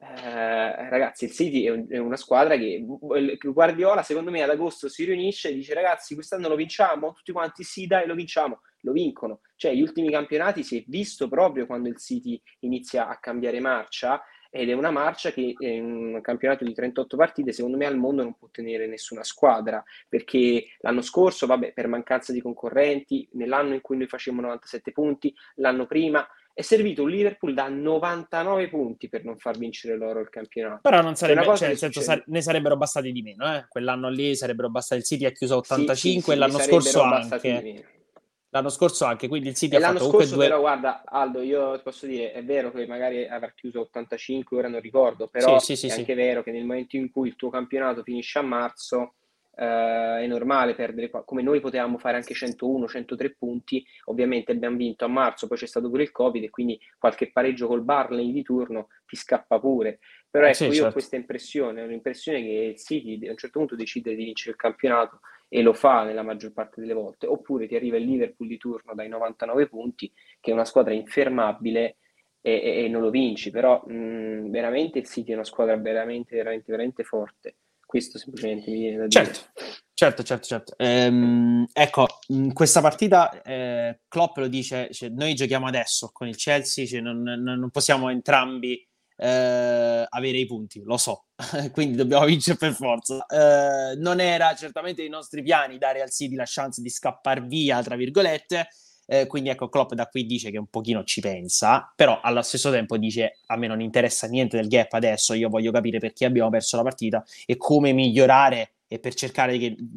ragazzi, il City è una squadra che Guardiola, secondo me, ad agosto si riunisce e dice: ragazzi, quest'anno lo vinciamo? Tutti quanti sì, dai, lo vinciamo. Lo vincono. Cioè, gli ultimi campionati si è visto proprio quando il City inizia a cambiare marcia, ed è una marcia che in un campionato di 38 partite, secondo me, al mondo non può tenere nessuna squadra, perché l'anno scorso, vabbè, per mancanza di concorrenti, nell'anno in cui noi facevamo 97 punti, l'anno prima è servito un Liverpool da 99 punti per non far vincere loro il campionato. Però non sarebbe, cioè, nel senso, ne sarebbero bastati di meno, eh? Quell'anno lì sarebbero bastati. Il City ha chiuso a 85 sì, e l'anno scorso anche. L'anno scorso anche, quindi il City ha fatto comunque due. Però guarda, Aldo, io ti posso dire, è vero che magari avrà chiuso 85, ora non ricordo, però è anche vero che nel momento in cui il tuo campionato finisce a marzo, è normale perdere, come noi potevamo fare anche 101, 103 punti, ovviamente abbiamo vinto a marzo, poi c'è stato pure il Covid e quindi qualche pareggio col Burnley di turno ti scappa pure. Però ecco, io ho questa impressione, un'impressione che il City a un certo punto decide di vincere il campionato, e lo fa nella maggior parte delle volte, oppure ti arriva il Liverpool di turno dai 99 punti, che è una squadra infermabile, e non lo vinci. Però veramente il City è una squadra veramente, veramente, veramente forte. Questo semplicemente mi viene da dire. Certo. Ecco, in questa partita Klopp lo dice, cioè, noi giochiamo adesso con il Chelsea, cioè, non possiamo entrambi avere i punti, lo so, quindi dobbiamo vincere per forza. Non era certamente nei nostri piani dare al City la chance di scappar via, tra virgolette, quindi ecco, Klopp da qui dice che un pochino ci pensa, però allo stesso tempo dice a me non interessa niente del gap adesso, io voglio capire perché abbiamo perso la partita e come migliorare e per cercare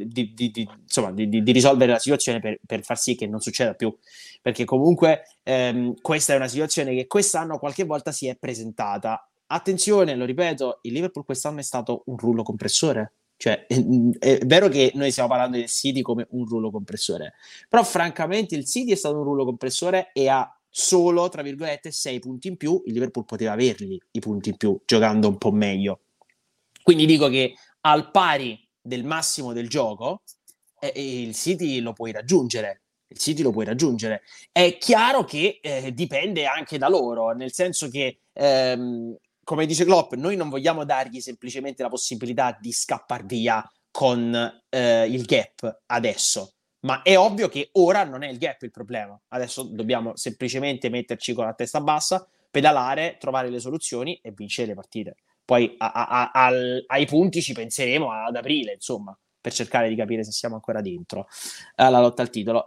di risolvere la situazione per far sì che non succeda più, perché comunque questa è una situazione che quest'anno qualche volta si è presentata. Attenzione, lo ripeto, il Liverpool quest'anno è stato un rullo compressore, cioè è vero che noi stiamo parlando del City come un rullo compressore, però francamente il City è stato un rullo compressore e ha solo, tra virgolette, 6 punti in più. Il Liverpool poteva averli i punti in più giocando un po' meglio, quindi dico che al pari del massimo del gioco il City lo puoi raggiungere. Il City lo puoi raggiungere. È chiaro che dipende anche da loro, nel senso che come dice Klopp, noi non vogliamo dargli semplicemente la possibilità di scappar via con il gap adesso, ma è ovvio che ora non è il gap il problema. Adesso dobbiamo semplicemente metterci con la testa bassa, pedalare, trovare le soluzioni e vincere le partite. Poi ai punti ci penseremo ad aprile, insomma, per cercare di capire se siamo ancora dentro alla lotta al titolo.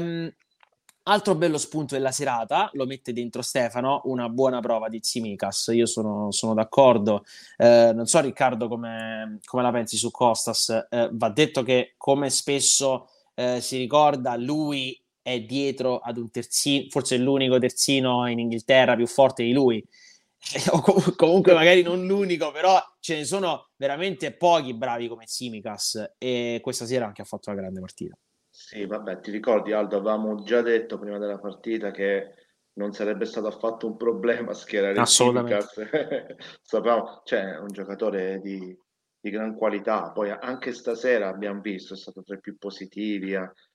Altro bello spunto della serata, lo mette dentro Stefano, una buona prova di Tsimikas. Io sono d'accordo. Non so, Riccardo, come la pensi su Costas. Va detto che, come spesso si ricorda, lui è dietro ad un terzino, forse è l'unico terzino in Inghilterra più forte di lui. O comunque magari non l'unico, però ce ne sono veramente pochi bravi come Tsimikas e questa sera anche ha fatto una grande partita. Sì, vabbè, ti ricordi Aldo, avevamo già detto prima della partita che non sarebbe stato affatto un problema schierare Assolutamente. Tsimikas. Sapevamo, cioè, è un giocatore di gran qualità. Poi anche stasera abbiamo visto, è stato tra i più positivi,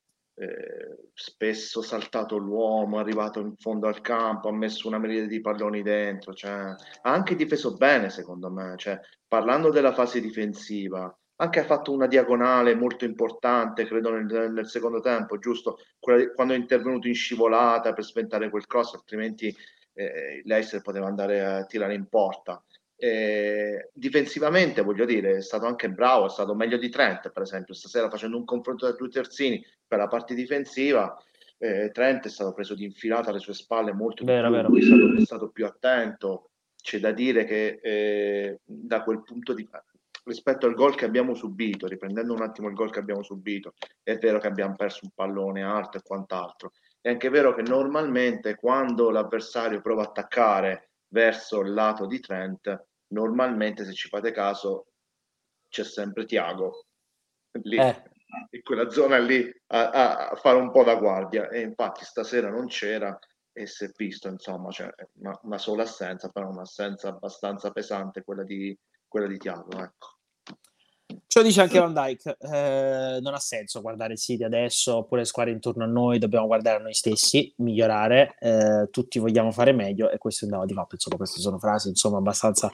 spesso saltato l'uomo, è arrivato in fondo al campo, ha messo una miriade di palloni dentro, cioè, ha anche difeso bene secondo me, cioè, parlando della fase difensiva, anche ha fatto una diagonale molto importante, credo nel secondo tempo, giusto? Quando è intervenuto in scivolata per sventare quel cross, altrimenti l'Eister poteva andare a tirare in porta. Difensivamente, voglio dire, è stato anche bravo, è stato meglio di Trent, per esempio, stasera facendo un confronto tra due terzini per la parte difensiva. Trent è stato preso di infilata alle sue spalle molto di più, Vero. lui è stato più attento. C'è da dire che da quel punto di rispetto al gol che abbiamo subito, riprendendo un attimo il gol che abbiamo subito, è vero che abbiamo perso un pallone alto e quant'altro. È anche vero che normalmente quando l'avversario prova a attaccare verso il lato di Trent, normalmente se ci fate caso c'è sempre Thiago lì, in quella zona lì a fare un po' da guardia, e infatti stasera non c'era e si è visto, insomma, cioè, una sola assenza, però un'assenza abbastanza pesante quella di Thiago, ecco. Ce lo dice anche Van Dijk, non ha senso guardare il City adesso oppure le squadre intorno a noi, dobbiamo guardare a noi stessi, migliorare, tutti vogliamo fare meglio e questo è un dato di fatto. Insomma, queste sono frasi insomma abbastanza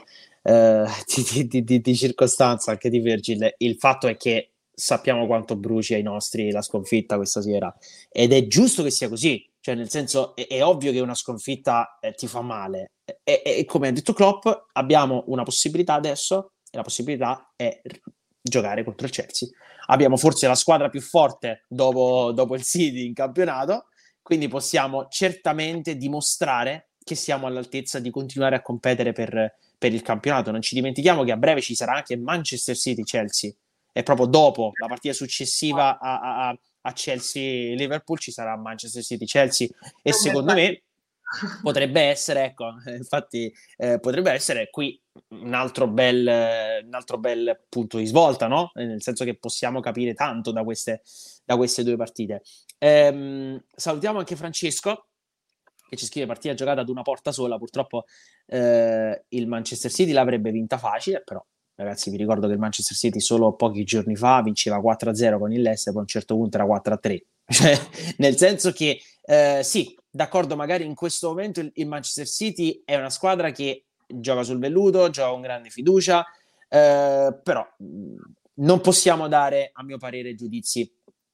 di circostanza, anche di Virgil. Il fatto è che sappiamo quanto bruci ai nostri la sconfitta questa sera ed è giusto che sia così, cioè nel senso è ovvio che una sconfitta ti fa male e come ha detto Klopp abbiamo una possibilità adesso e la possibilità è giocare contro il Chelsea. Abbiamo forse la squadra più forte dopo il City in campionato, quindi possiamo certamente dimostrare che siamo all'altezza di continuare a competere per il campionato. Non ci dimentichiamo che a breve ci sarà anche Manchester City-Chelsea e proprio dopo la partita successiva a Chelsea-Liverpool ci sarà Manchester City-Chelsea e secondo me potrebbe essere, ecco, infatti potrebbe essere qui un altro bel punto di svolta, no? Nel senso che possiamo capire tanto da queste due partite. Salutiamo anche Francesco che ci scrive: partita giocata ad una porta sola, purtroppo il Manchester City l'avrebbe vinta facile, però ragazzi vi ricordo che il Manchester City solo pochi giorni fa vinceva 4-0 con il Leicester, poi a un certo punto era 4-3, cioè nel senso che sì, d'accordo, magari in questo momento il Manchester City è una squadra che gioca sul velluto, gioca con grande fiducia, però non possiamo dare, a mio parere, giudizi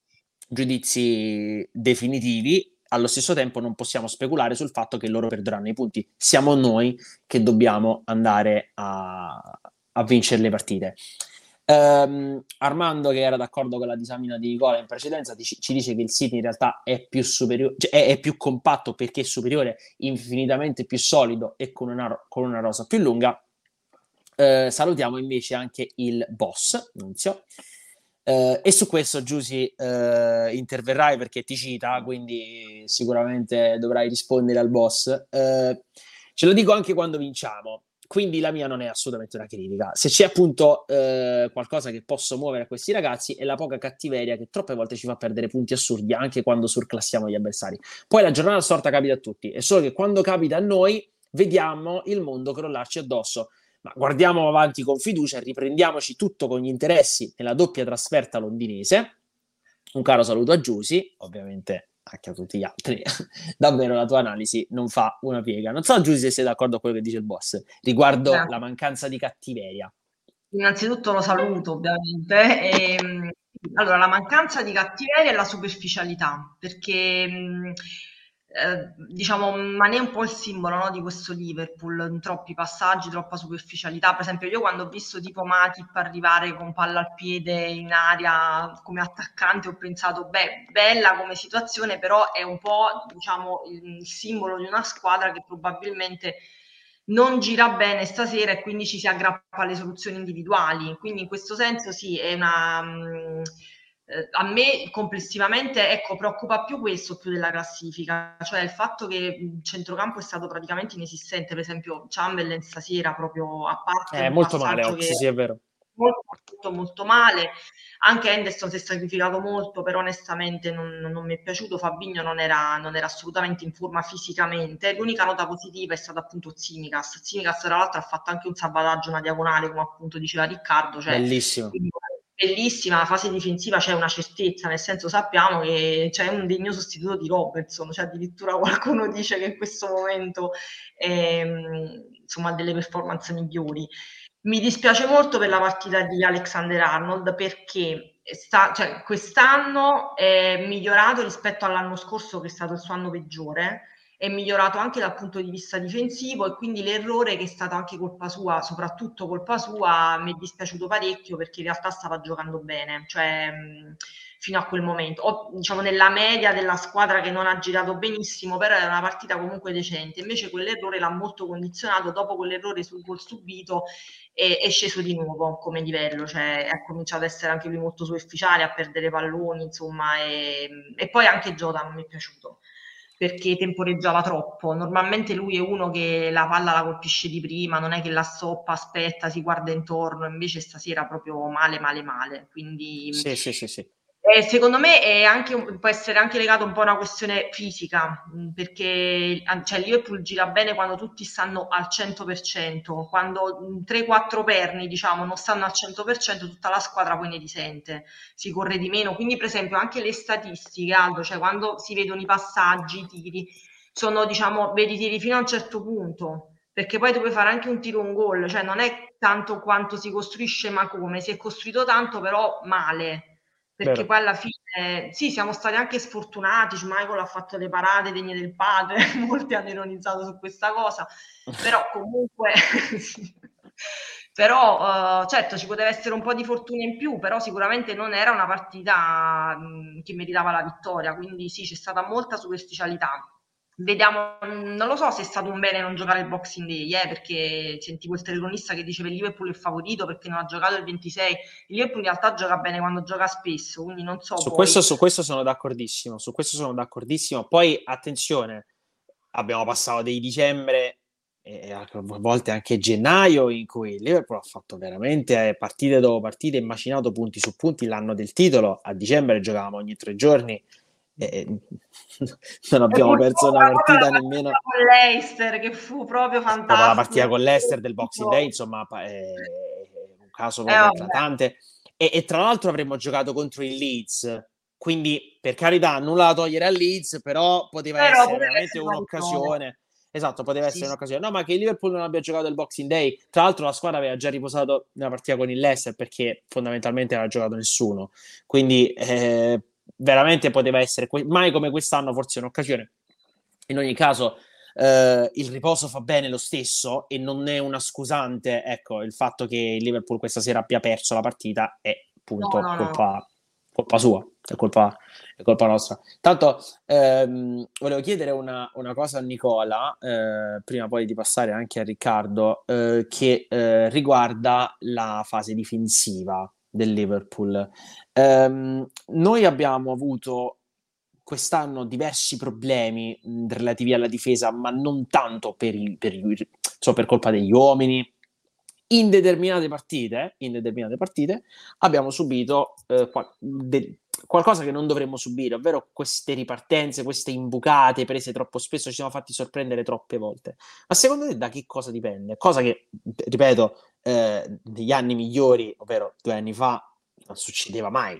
definitivi. Allo stesso tempo non possiamo speculare sul fatto che loro perderanno i punti. Siamo noi che dobbiamo andare a vincere le partite. Armando, che era d'accordo con la disamina di Nicola in precedenza, ci dice che il City in realtà è più superiore, cioè è più compatto perché è superiore, infinitamente più solido e con una rosa più lunga. Salutiamo invece anche il boss Nunzio. E su questo Giusy interverrai perché ti cita, quindi sicuramente dovrai rispondere al boss. Ce lo dico anche quando vinciamo, quindi la mia non è assolutamente una critica. Se c'è appunto qualcosa che posso muovere a questi ragazzi è la poca cattiveria che troppe volte ci fa perdere punti assurdi anche quando surclassiamo gli avversari. Poi la giornata storta capita a tutti, è solo che quando capita a noi vediamo il mondo crollarci addosso. Ma guardiamo avanti con fiducia e riprendiamoci tutto con gli interessi nella doppia trasferta londinese. Un caro saluto a Giusy, ovviamente anche a tutti gli altri. Davvero la tua analisi non fa una piega. Non so Giusy se sei d'accordo con quello che dice il boss riguardo la mancanza di cattiveria. Innanzitutto lo saluto ovviamente. Allora, la mancanza di cattiveria e la superficialità, perché diciamo Mané è un po' il simbolo, no, di questo Liverpool, troppi passaggi, troppa superficialità. Per esempio io quando ho visto tipo Matip arrivare con palla al piede in aria come attaccante ho pensato, beh, bella come situazione, però è un po', diciamo, il simbolo di una squadra che probabilmente non gira bene stasera e quindi ci si aggrappa alle soluzioni individuali. Quindi in questo senso sì, è una... a me complessivamente, ecco, preoccupa più questo più della classifica, cioè il fatto che il centrocampo è stato praticamente inesistente. Per esempio Chamberlain stasera, proprio a parte un molto male, passaggio che sì, è vero. molto male. Anche Henderson si è sacrificato molto, però onestamente non mi è piaciuto. Fabinho non era assolutamente in forma fisicamente. L'unica nota positiva è stata appunto Tsimikas. Tsimikas tra l'altro ha fatto anche un salvataggio, una diagonale, come appunto diceva Riccardo, cioè, bellissimo. bellissima. La fase difensiva c'è una certezza, nel senso sappiamo che c'è un degno sostituto di Robertson, cioè addirittura qualcuno dice che in questo momento insomma ha delle performance migliori. Mi dispiace molto per la partita di Alexander-Arnold perché cioè, quest'anno è migliorato rispetto all'anno scorso che è stato il suo anno peggiore, è migliorato anche dal punto di vista difensivo e quindi l'errore, che è stato anche colpa sua, soprattutto colpa sua, mi è dispiaciuto parecchio perché in realtà stava giocando bene, cioè fino a quel momento, o diciamo nella media della squadra che non ha girato benissimo, però era una partita comunque decente. Invece quell'errore l'ha molto condizionato. Dopo quell'errore sul gol subito è sceso di nuovo come livello, cioè ha cominciato ad essere anche lui molto superficiale, a perdere palloni, insomma, e poi anche Jota non mi è piaciuto perché temporeggiava troppo. Normalmente lui è uno che la palla la colpisce di prima, non è che la stoppa, aspetta, si guarda intorno, invece stasera proprio male. Quindi sì. secondo me è anche, può essere anche legato un po' a una questione fisica, perché cioè, Liverpool gira bene quando tutti stanno al 100%, quando 3-4 perni, diciamo, non stanno al 100%, tutta la squadra poi ne risente, si corre di meno. Quindi, per esempio, anche le statistiche, Aldo, cioè quando si vedono i passaggi, i tiri, sono, diciamo, vedi tiri fino a un certo punto, perché poi tu puoi fare anche un tiro, un gol, cioè non è tanto quanto si costruisce, ma come si è costruito tanto, però male. Perché Vero. poi alla fine, sì, siamo stati anche sfortunati, Michael ha fatto le parate degne del padre, molti hanno ironizzato su questa cosa, però comunque, però certo ci poteva essere un po' di fortuna in più, però sicuramente non era una partita che meritava la vittoria, quindi sì, c'è stata molta superficialità. Vediamo, non lo so se è stato un bene non giocare il Boxing Day, perché sentivo il telecronista che diceva il Liverpool è favorito perché non ha giocato il 26. Il Liverpool in realtà gioca bene quando gioca spesso, quindi non so su poi. questo sono d'accordissimo, poi attenzione, abbiamo passato dei dicembre e a volte anche gennaio in cui il Liverpool ha fatto veramente partite dopo partite, macinato punti su punti. L'anno del titolo a dicembre giocavamo ogni 3 giorni e non abbiamo perso una partita nemmeno con l'Eister, che fu proprio fantastica. Proprio la partita con l'Eister del Boxing Day, insomma, è un caso proprio eclatante. E tra l'altro avremmo giocato contro il Leeds, quindi per carità nulla da togliere al Leeds, però poteva essere veramente un'occasione. Esatto, poteva essere sì. un'occasione. No, ma che il Liverpool non abbia giocato il Boxing Day. Tra l'altro la squadra aveva già riposato nella partita con il Leicester perché fondamentalmente non aveva giocato nessuno. Quindi veramente poteva essere mai come quest'anno forse un'occasione. In ogni caso il riposo fa bene lo stesso e non è una scusante, ecco, il fatto che il Liverpool questa sera abbia perso la partita è appunto No. colpa sua, è colpa nostra. Tanto volevo chiedere una cosa a Nicola, prima poi di passare anche a Riccardo, che riguarda la fase difensiva del Liverpool. Noi abbiamo avuto quest'anno diversi problemi relativi alla difesa, ma non tanto per colpa degli uomini. In determinate partite abbiamo subito qualcosa che non dovremmo subire, ovvero queste ripartenze, queste imbucate prese troppo spesso, ci siamo fatti sorprendere troppe volte. Ma secondo te da che cosa dipende? Cosa che, ripeto, negli anni migliori, ovvero 2 anni fa, non succedeva mai.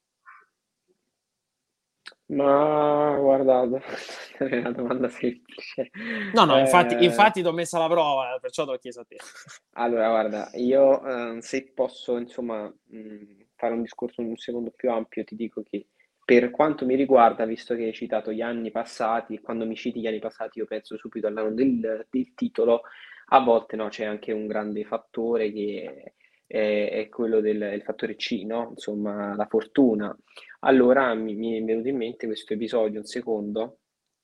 Ma guarda, è una domanda semplice. No, infatti ti ho messa alla prova, perciò te l'ho chiesto a te. Allora, guarda, io se posso, insomma, fare un discorso un secondo più ampio, ti dico che per quanto mi riguarda, visto che hai citato gli anni passati, e quando mi citi gli anni passati io penso subito all'anno del titolo, a volte no, c'è anche un grande fattore che è quello del fattore C, no? Insomma, la fortuna. Allora mi è venuto in mente questo episodio, un secondo.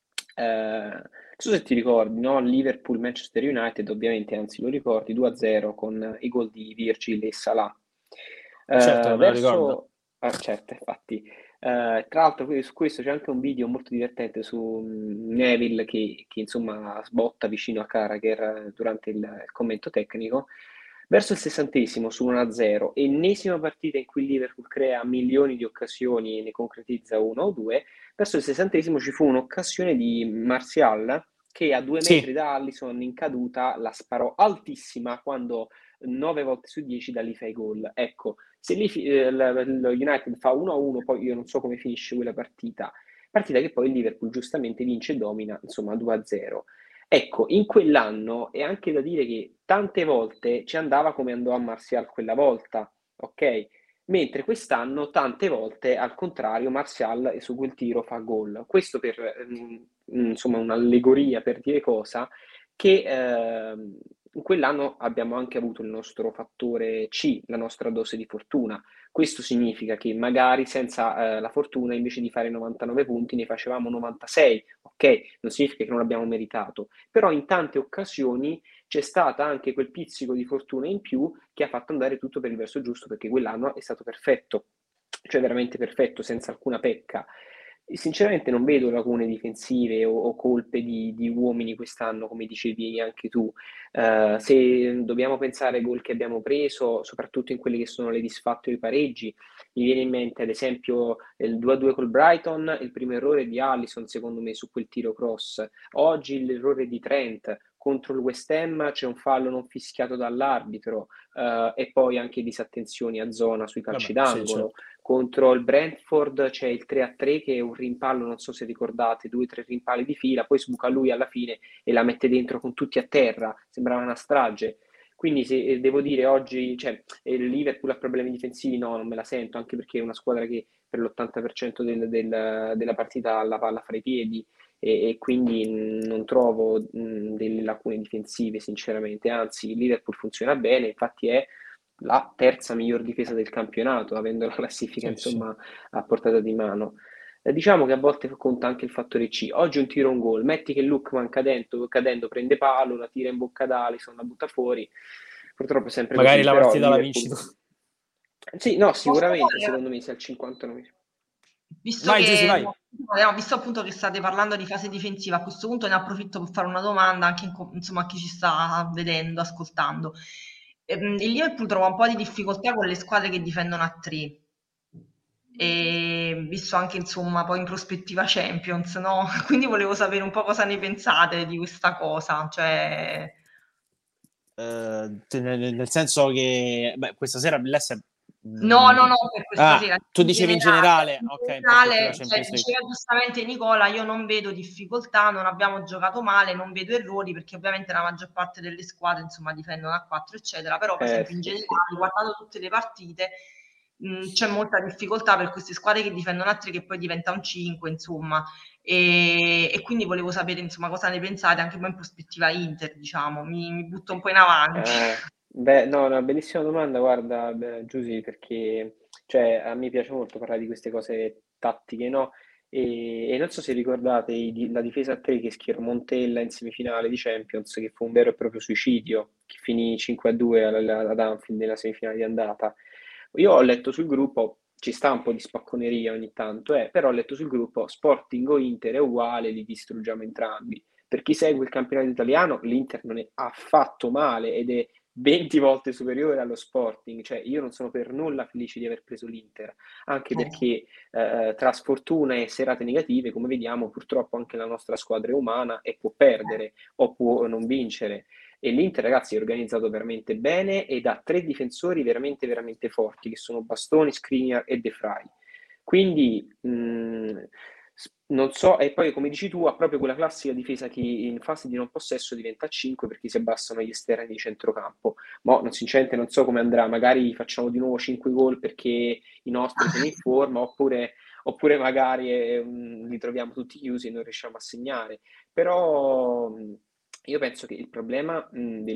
Non so se ti ricordi, no? Liverpool-Manchester United, ovviamente, anzi lo ricordi, 2-0 con i gol di Virgil e Salah. Certo che me lo ricordo. Certo, infatti. Tra l'altro su questo c'è anche un video molto divertente su Neville che insomma sbotta vicino a Carragher durante il commento tecnico. Verso il 60esimo su 1-0, ennesima partita in cui il Liverpool crea milioni di occasioni e ne concretizza una o due. Verso il 60esimo ci fu un'occasione di Martial che a 2 metri Sì, da Alisson in caduta la sparò altissima quando 9 volte su 10 da lì fai gol. Ecco, se lì lo United fa 1-1, poi io non so come finisce quella partita che poi il Liverpool giustamente vince e domina, insomma 2-0. Ecco, in quell'anno è anche da dire che tante volte ci andava come andò a Martial quella volta, ok? Mentre quest'anno tante volte, al contrario, Martial su quel tiro fa gol. Questo per, insomma, un'allegoria per dire cosa, che in quell'anno abbiamo anche avuto il nostro fattore C, la nostra dose di fortuna. Questo significa che magari senza la fortuna, invece di fare 99 punti, ne facevamo 96, ok? Non significa che non abbiamo meritato, però in tante occasioni c'è stata anche quel pizzico di fortuna in più che ha fatto andare tutto per il verso giusto, perché quell'anno è stato perfetto, cioè veramente perfetto, senza alcuna pecca. E sinceramente non vedo lacune difensive o colpe di uomini quest'anno, come dicevi anche tu. Se dobbiamo pensare ai gol che abbiamo preso, soprattutto in quelli che sono le disfatte o i pareggi, mi viene in mente ad esempio il 2-2 col Brighton, il primo errore di Alisson secondo me su quel tiro cross, oggi l'errore di Trent, contro il West Ham c'è un fallo non fischiato dall'arbitro, e poi anche disattenzioni a zona sui calci vabbè, sì, d'angolo. certo. Contro il Brentford c'è il 3-3 che è un rimpallo, non so se ricordate, 2 o 3 rimpalli di fila, poi sbuca lui alla fine e la mette dentro con tutti a terra, sembrava una strage. Quindi se devo dire oggi, cioè, il Liverpool ha problemi difensivi, no, non me la sento, anche perché è una squadra che per l'80% della partita ha la palla fra i piedi e quindi non trovo delle lacune difensive, sinceramente. Anzi, il Liverpool funziona bene, infatti è la terza miglior difesa del campionato, avendo la classifica Sì, sì. insomma a portata di mano. Diciamo che a volte conta anche il fattore C. Oggi un tiro un gol, metti che Lookman cadendo prende palo, la tira in bocca ad Alisson, la butta fuori. Purtroppo è sempre Magari così, la però il partita la vinci tu. Liverpool... Sì, no, Posso sicuramente, fare, secondo me sia al 59. visto Vai, Gesi, che vai. visto appunto che state parlando di fase difensiva, a questo punto ne approfitto per fare una domanda anche insomma, a chi ci sta vedendo, ascoltando. Il Liverpool trova un po' di difficoltà con le squadre che difendono a 3 e visto anche insomma poi in prospettiva Champions, no? Quindi volevo sapere un po' cosa ne pensate di questa cosa, cioè Nel senso che questa sera l'Leicester No, per questa sera. Tu dicevi in generale, ok, diceva giustamente Nicola, io non vedo difficoltà, non abbiamo giocato male, non vedo errori, perché ovviamente la maggior parte delle squadre insomma difendono a 4 eccetera, però per esempio in generale, guardando tutte le partite, c'è molta difficoltà per queste squadre che difendono a 3 che poi diventa un 5 insomma, e quindi volevo sapere insomma cosa ne pensate anche poi in prospettiva Inter, diciamo, mi butto un po' in avanti. No, una bellissima domanda, guarda, Giusy, perché cioè, a me piace molto parlare di queste cose tattiche, no? E non so se ricordate la difesa a 3 che schierò Montella in semifinale di Champions, che fu un vero e proprio suicidio, che finì 5-2 ad Anfield nella semifinale di andata. Io ho letto sul gruppo, ci sta un po' di spacconeria ogni tanto, però ho letto sul gruppo Sporting o Inter è uguale, li distruggiamo entrambi. Per chi segue il campionato italiano, l'Inter non è affatto male ed è 20 volte superiore allo Sporting, cioè io non sono per nulla felice di aver preso l'Inter, anche perché tra sfortuna e serate negative, come vediamo, purtroppo anche la nostra squadra è umana e può perdere o può non vincere. E l'Inter, ragazzi, è organizzato veramente bene ed ha 3 difensori veramente, veramente forti, che sono Bastoni, Skriniar e De Vrij. Quindi non so, e poi come dici tu, ha proprio quella classica difesa che in fase di non possesso diventa 5 perché si abbassano gli esterni di centrocampo. Ma sinceramente non so come andrà, magari facciamo di nuovo 5 gol perché i nostri sono in forma, oppure magari li troviamo tutti chiusi e non riusciamo a segnare. Però io penso che il problema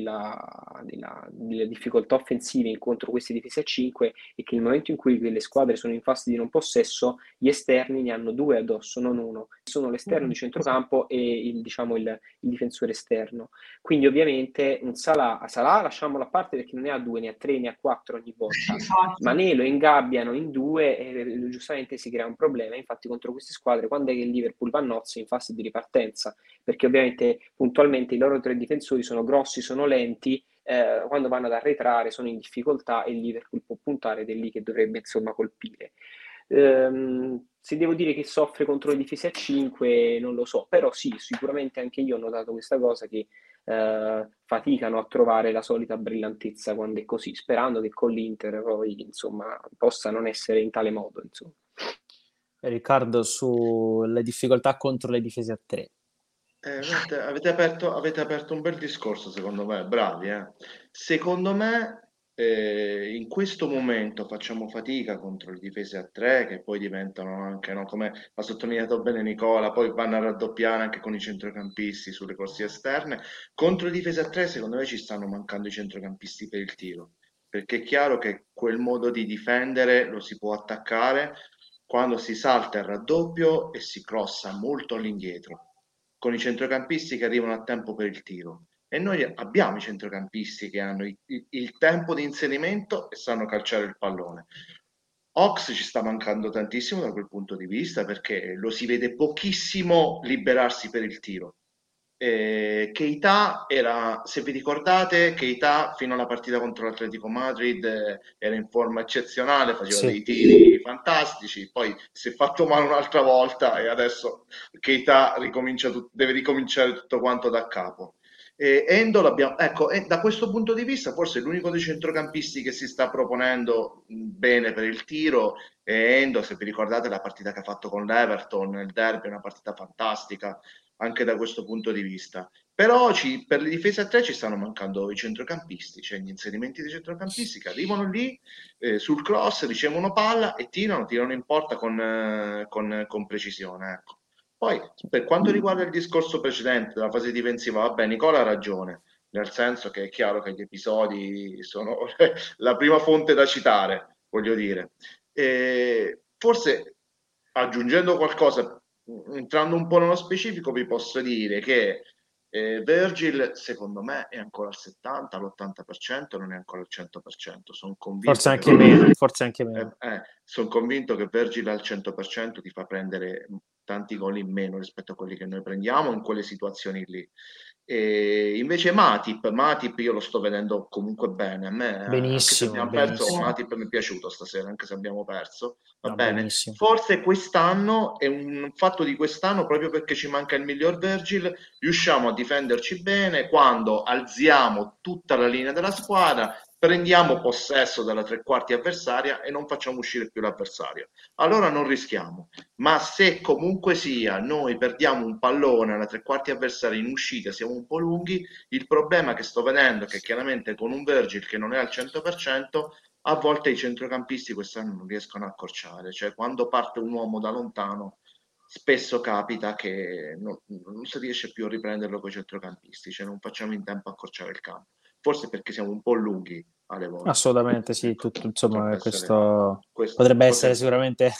delle difficoltà offensive contro queste difese a 5 è che nel momento in cui le squadre sono in fase di non possesso, gli esterni ne hanno 2 addosso, non uno. Sono l'esterno di centrocampo e il difensore esterno. Quindi ovviamente un Salah lasciamolo a parte perché non ne ha 2, ne ha 3, ne ha 4 ogni volta. Mané lo ingabbiano in 2 e giustamente si crea un problema. Infatti contro queste squadre, quando è che il Liverpool va a nozze in fase di ripartenza? Perché ovviamente puntualmente i loro 3 difensori sono grossi, sono lenti, quando vanno ad arretrare sono in difficoltà e il Liverpool può puntare ed è lì che dovrebbe insomma colpire. Se devo dire che soffre contro le difese a 5 non lo so, però sì, sicuramente anche io ho notato questa cosa che faticano a trovare la solita brillantezza quando è così, sperando che con l'Inter poi insomma possa non essere in tale modo, insomma. Riccardo, sulle difficoltà contro le difese a 3. Avete aperto un bel discorso, secondo me, bravi. Secondo me in questo momento facciamo fatica contro le difese a 3 che poi diventano anche, no, come ha sottolineato bene Nicola, poi vanno a raddoppiare anche con i centrocampisti sulle corsie esterne. Contro le difese a 3 secondo me ci stanno mancando i centrocampisti per il tiro, perché è chiaro che quel modo di difendere lo si può attaccare quando si salta il raddoppio e si crossa molto all'indietro con i centrocampisti che arrivano a tempo per il tiro. E noi abbiamo i centrocampisti che hanno il tempo di inserimento e sanno calciare il pallone. Ox ci sta mancando tantissimo da quel punto di vista perché lo si vede pochissimo liberarsi per il tiro. Keita era, se vi ricordate, Keita fino alla partita contro l'Atletico Madrid era in forma eccezionale, faceva dei tiri fantastici, poi si è fatto male un'altra volta e adesso Keita deve ricominciare tutto quanto da capo. Endo l'abbiamo, ecco, da questo punto di vista forse è l'unico dei centrocampisti che si sta proponendo bene per il tiro è Endo. Se vi ricordate la partita che ha fatto con l'Everton nel derby, è una partita fantastica anche da questo punto di vista. Però per le difese a 3 ci stanno mancando i centrocampisti, cioè gli inserimenti dei centrocampisti che arrivano lì sul cross, ricevono palla e tirano in porta con precisione. Ecco. Poi per quanto riguarda il discorso precedente della fase difensiva, vabbè, Nicola ha ragione, nel senso che è chiaro che gli episodi sono la prima fonte da citare, voglio dire. Forse aggiungendo qualcosa, entrando un po' nello specifico, vi posso dire che Virgil secondo me è ancora al 70, all'80%, non è ancora al 100%. Sono convinto forse anche meno. Sono convinto che Virgil al 100% ti fa prendere tanti gol in meno rispetto a quelli che noi prendiamo in quelle situazioni lì. E invece Matip io lo sto vedendo comunque bene. A me, benissimo, anche se abbiamo perso, Matip mi è piaciuto stasera, anche se abbiamo perso. Va bene. Benissimo. Forse quest'anno è un fatto di quest'anno, proprio perché ci manca il miglior Virgil, riusciamo a difenderci bene quando alziamo tutta la linea della squadra prendiamo possesso dalla tre quarti avversaria e non facciamo uscire più l'avversario. Allora non rischiamo. Ma se comunque sia noi perdiamo un pallone alla tre quarti avversaria in uscita, siamo un po' lunghi, il problema che sto vedendo è che chiaramente con un Virgil che non è al 100%, a volte i centrocampisti quest'anno non riescono a accorciare, cioè quando parte un uomo da lontano spesso capita che non si riesce più a riprenderlo con i centrocampisti, cioè non facciamo in tempo a accorciare il campo, forse perché siamo un po' lunghi alle volte. Assolutamente sì, Ecco, tutto, insomma, potrebbe essere, questo questo potrebbe essere potrebbe, sicuramente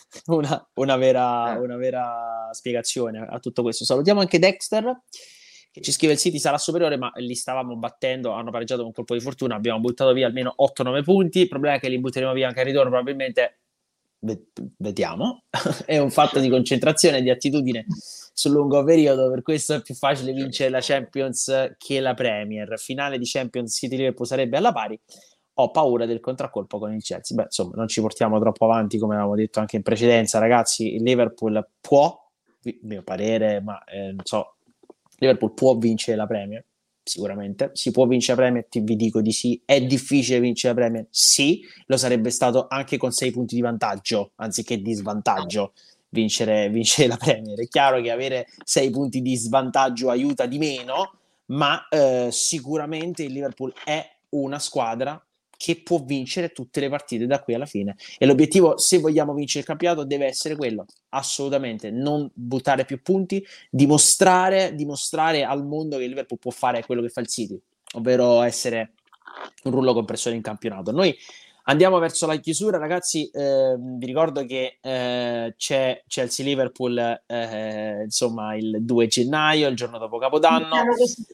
una vera spiegazione a tutto questo. Salutiamo anche Dexter che ci scrive: il City sarà superiore, ma li stavamo battendo, hanno pareggiato con un colpo di fortuna, abbiamo buttato via almeno 8-9 punti, il problema è che li butteremo via anche al ritorno, probabilmente vediamo, è un fatto di concentrazione e di attitudine sul lungo periodo, per questo è più facile vincere la Champions che la Premier. Finale di Champions City-Liverpool sarebbe alla pari. Ho paura del contraccolpo con il Chelsea. Beh, insomma, non ci portiamo troppo avanti, come avevamo detto anche in precedenza, ragazzi. Il Liverpool può, mio parere, ma non so, Liverpool può vincere la Premier, sicuramente. Si può vincere la Premier, vi dico di sì. È difficile vincere la Premier? Sì, lo sarebbe stato anche con 6 punti di vantaggio, anziché di svantaggio. Vincere la Premier. È chiaro che avere 6 punti di svantaggio aiuta di meno, ma sicuramente il Liverpool è una squadra che può vincere tutte le partite da qui alla fine, e l'obiettivo, se vogliamo vincere il campionato, deve essere quello, assolutamente, non buttare più punti, dimostrare al mondo che il Liverpool può fare quello che fa il City, ovvero essere un rullo compressore in campionato. Noi andiamo verso la chiusura, ragazzi. Vi ricordo che c'è Chelsea-Liverpool, insomma, il 2 gennaio, il giorno dopo Capodanno.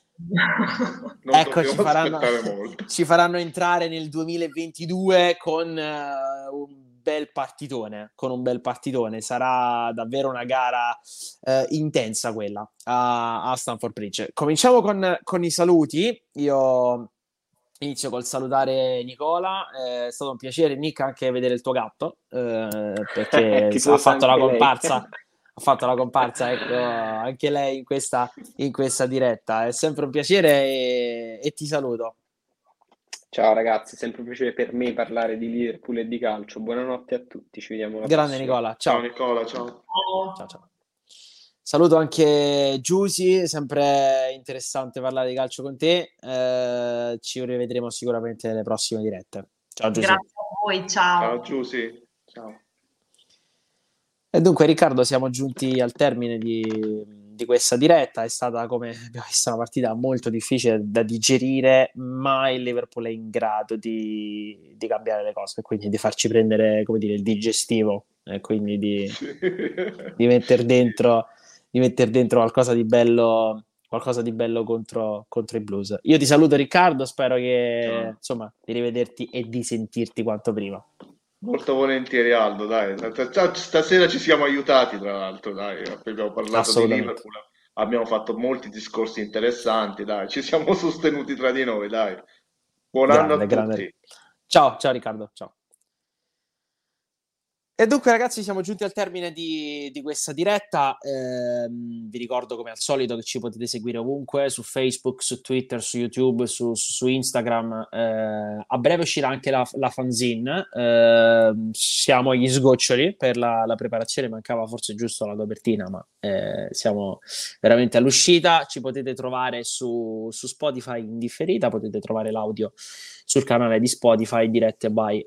Ecco, ci faranno entrare nel 2022 con un bel partitone. Sarà davvero una gara intensa quella a Stamford Bridge. Cominciamo con i saluti. Io inizio col salutare Nicola. È stato un piacere, Nick, anche vedere il tuo gatto, perché ha fatto la comparsa. Ha fatto la comparsa, ecco, anche lei in questa diretta. È sempre un piacere e ti saluto. Ciao ragazzi, è sempre un piacere per me parlare di Liverpool e di calcio. Buonanotte a tutti, ci vediamo la Grande prossima. Nicola, ciao. Ciao Nicola, ciao. Ciao. Saluto anche Giusy, sempre interessante parlare di calcio con te. Ci rivedremo sicuramente nelle prossime dirette. Ciao Giusy. Grazie a voi, ciao. Ciao Giusy, ciao. E dunque, Riccardo, siamo giunti al termine di questa diretta. È stata, come abbiamo visto, una partita molto difficile da digerire, ma il Liverpool è in grado di cambiare le cose, quindi di farci prendere, come dire, il digestivo, e quindi di mettere dentro qualcosa di bello contro i Blues. Io ti saluto, Riccardo, spero che insomma di rivederti e di sentirti quanto prima. Molto volentieri, Aldo, dai. Stasera ci siamo aiutati, tra l'altro, dai. Abbiamo parlato di Liverpool, abbiamo fatto molti discorsi interessanti, dai. Ci siamo sostenuti tra di noi, dai. Buon anno a tutti. Ciao Riccardo, ciao. E dunque, ragazzi, siamo giunti al termine di questa diretta. Vi ricordo, come al solito, che ci potete seguire ovunque, su Facebook, su Twitter, su YouTube, su Instagram. A breve uscirà anche la fanzine. Siamo agli sgoccioli per la preparazione, mancava forse giusto la copertina, ma siamo veramente all'uscita. Ci potete trovare su Spotify in differita, potete trovare l'audio sul canale di Spotify, dirette by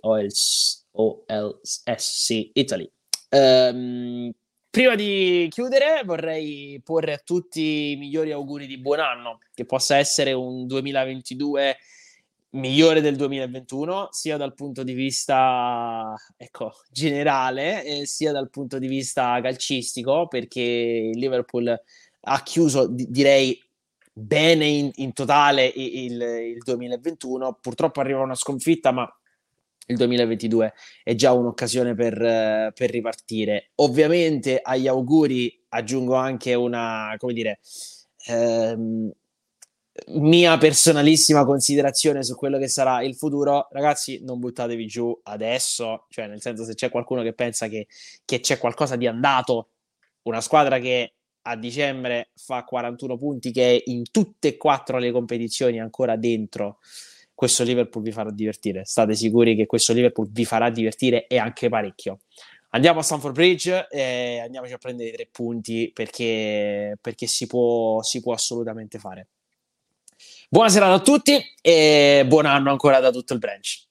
OLSC Italy. Prima di chiudere, vorrei porre a tutti i migliori auguri di buon anno, che possa essere un 2022 migliore del 2021, sia dal punto di vista generale, sia dal punto di vista calcistico, perché il Liverpool ha chiuso, direi, bene in totale il 2021. Purtroppo arriva una sconfitta, ma il 2022 è già un'occasione per ripartire. Ovviamente agli auguri aggiungo anche una, come dire, mia personalissima considerazione su quello che sarà il futuro. Ragazzi, non buttatevi giù adesso, cioè nel senso, se c'è qualcuno che pensa che c'è qualcosa di andato, una squadra che a dicembre fa 41 punti, che è in tutte e 4 le competizioni ancora dentro questo Liverpool vi farà divertire. State sicuri che questo Liverpool vi farà divertire, e anche parecchio. Andiamo a Stamford Bridge e andiamoci a prendere i 3 punti, perché si può assolutamente fare. Buona serata a tutti e buon anno ancora da tutto il branch.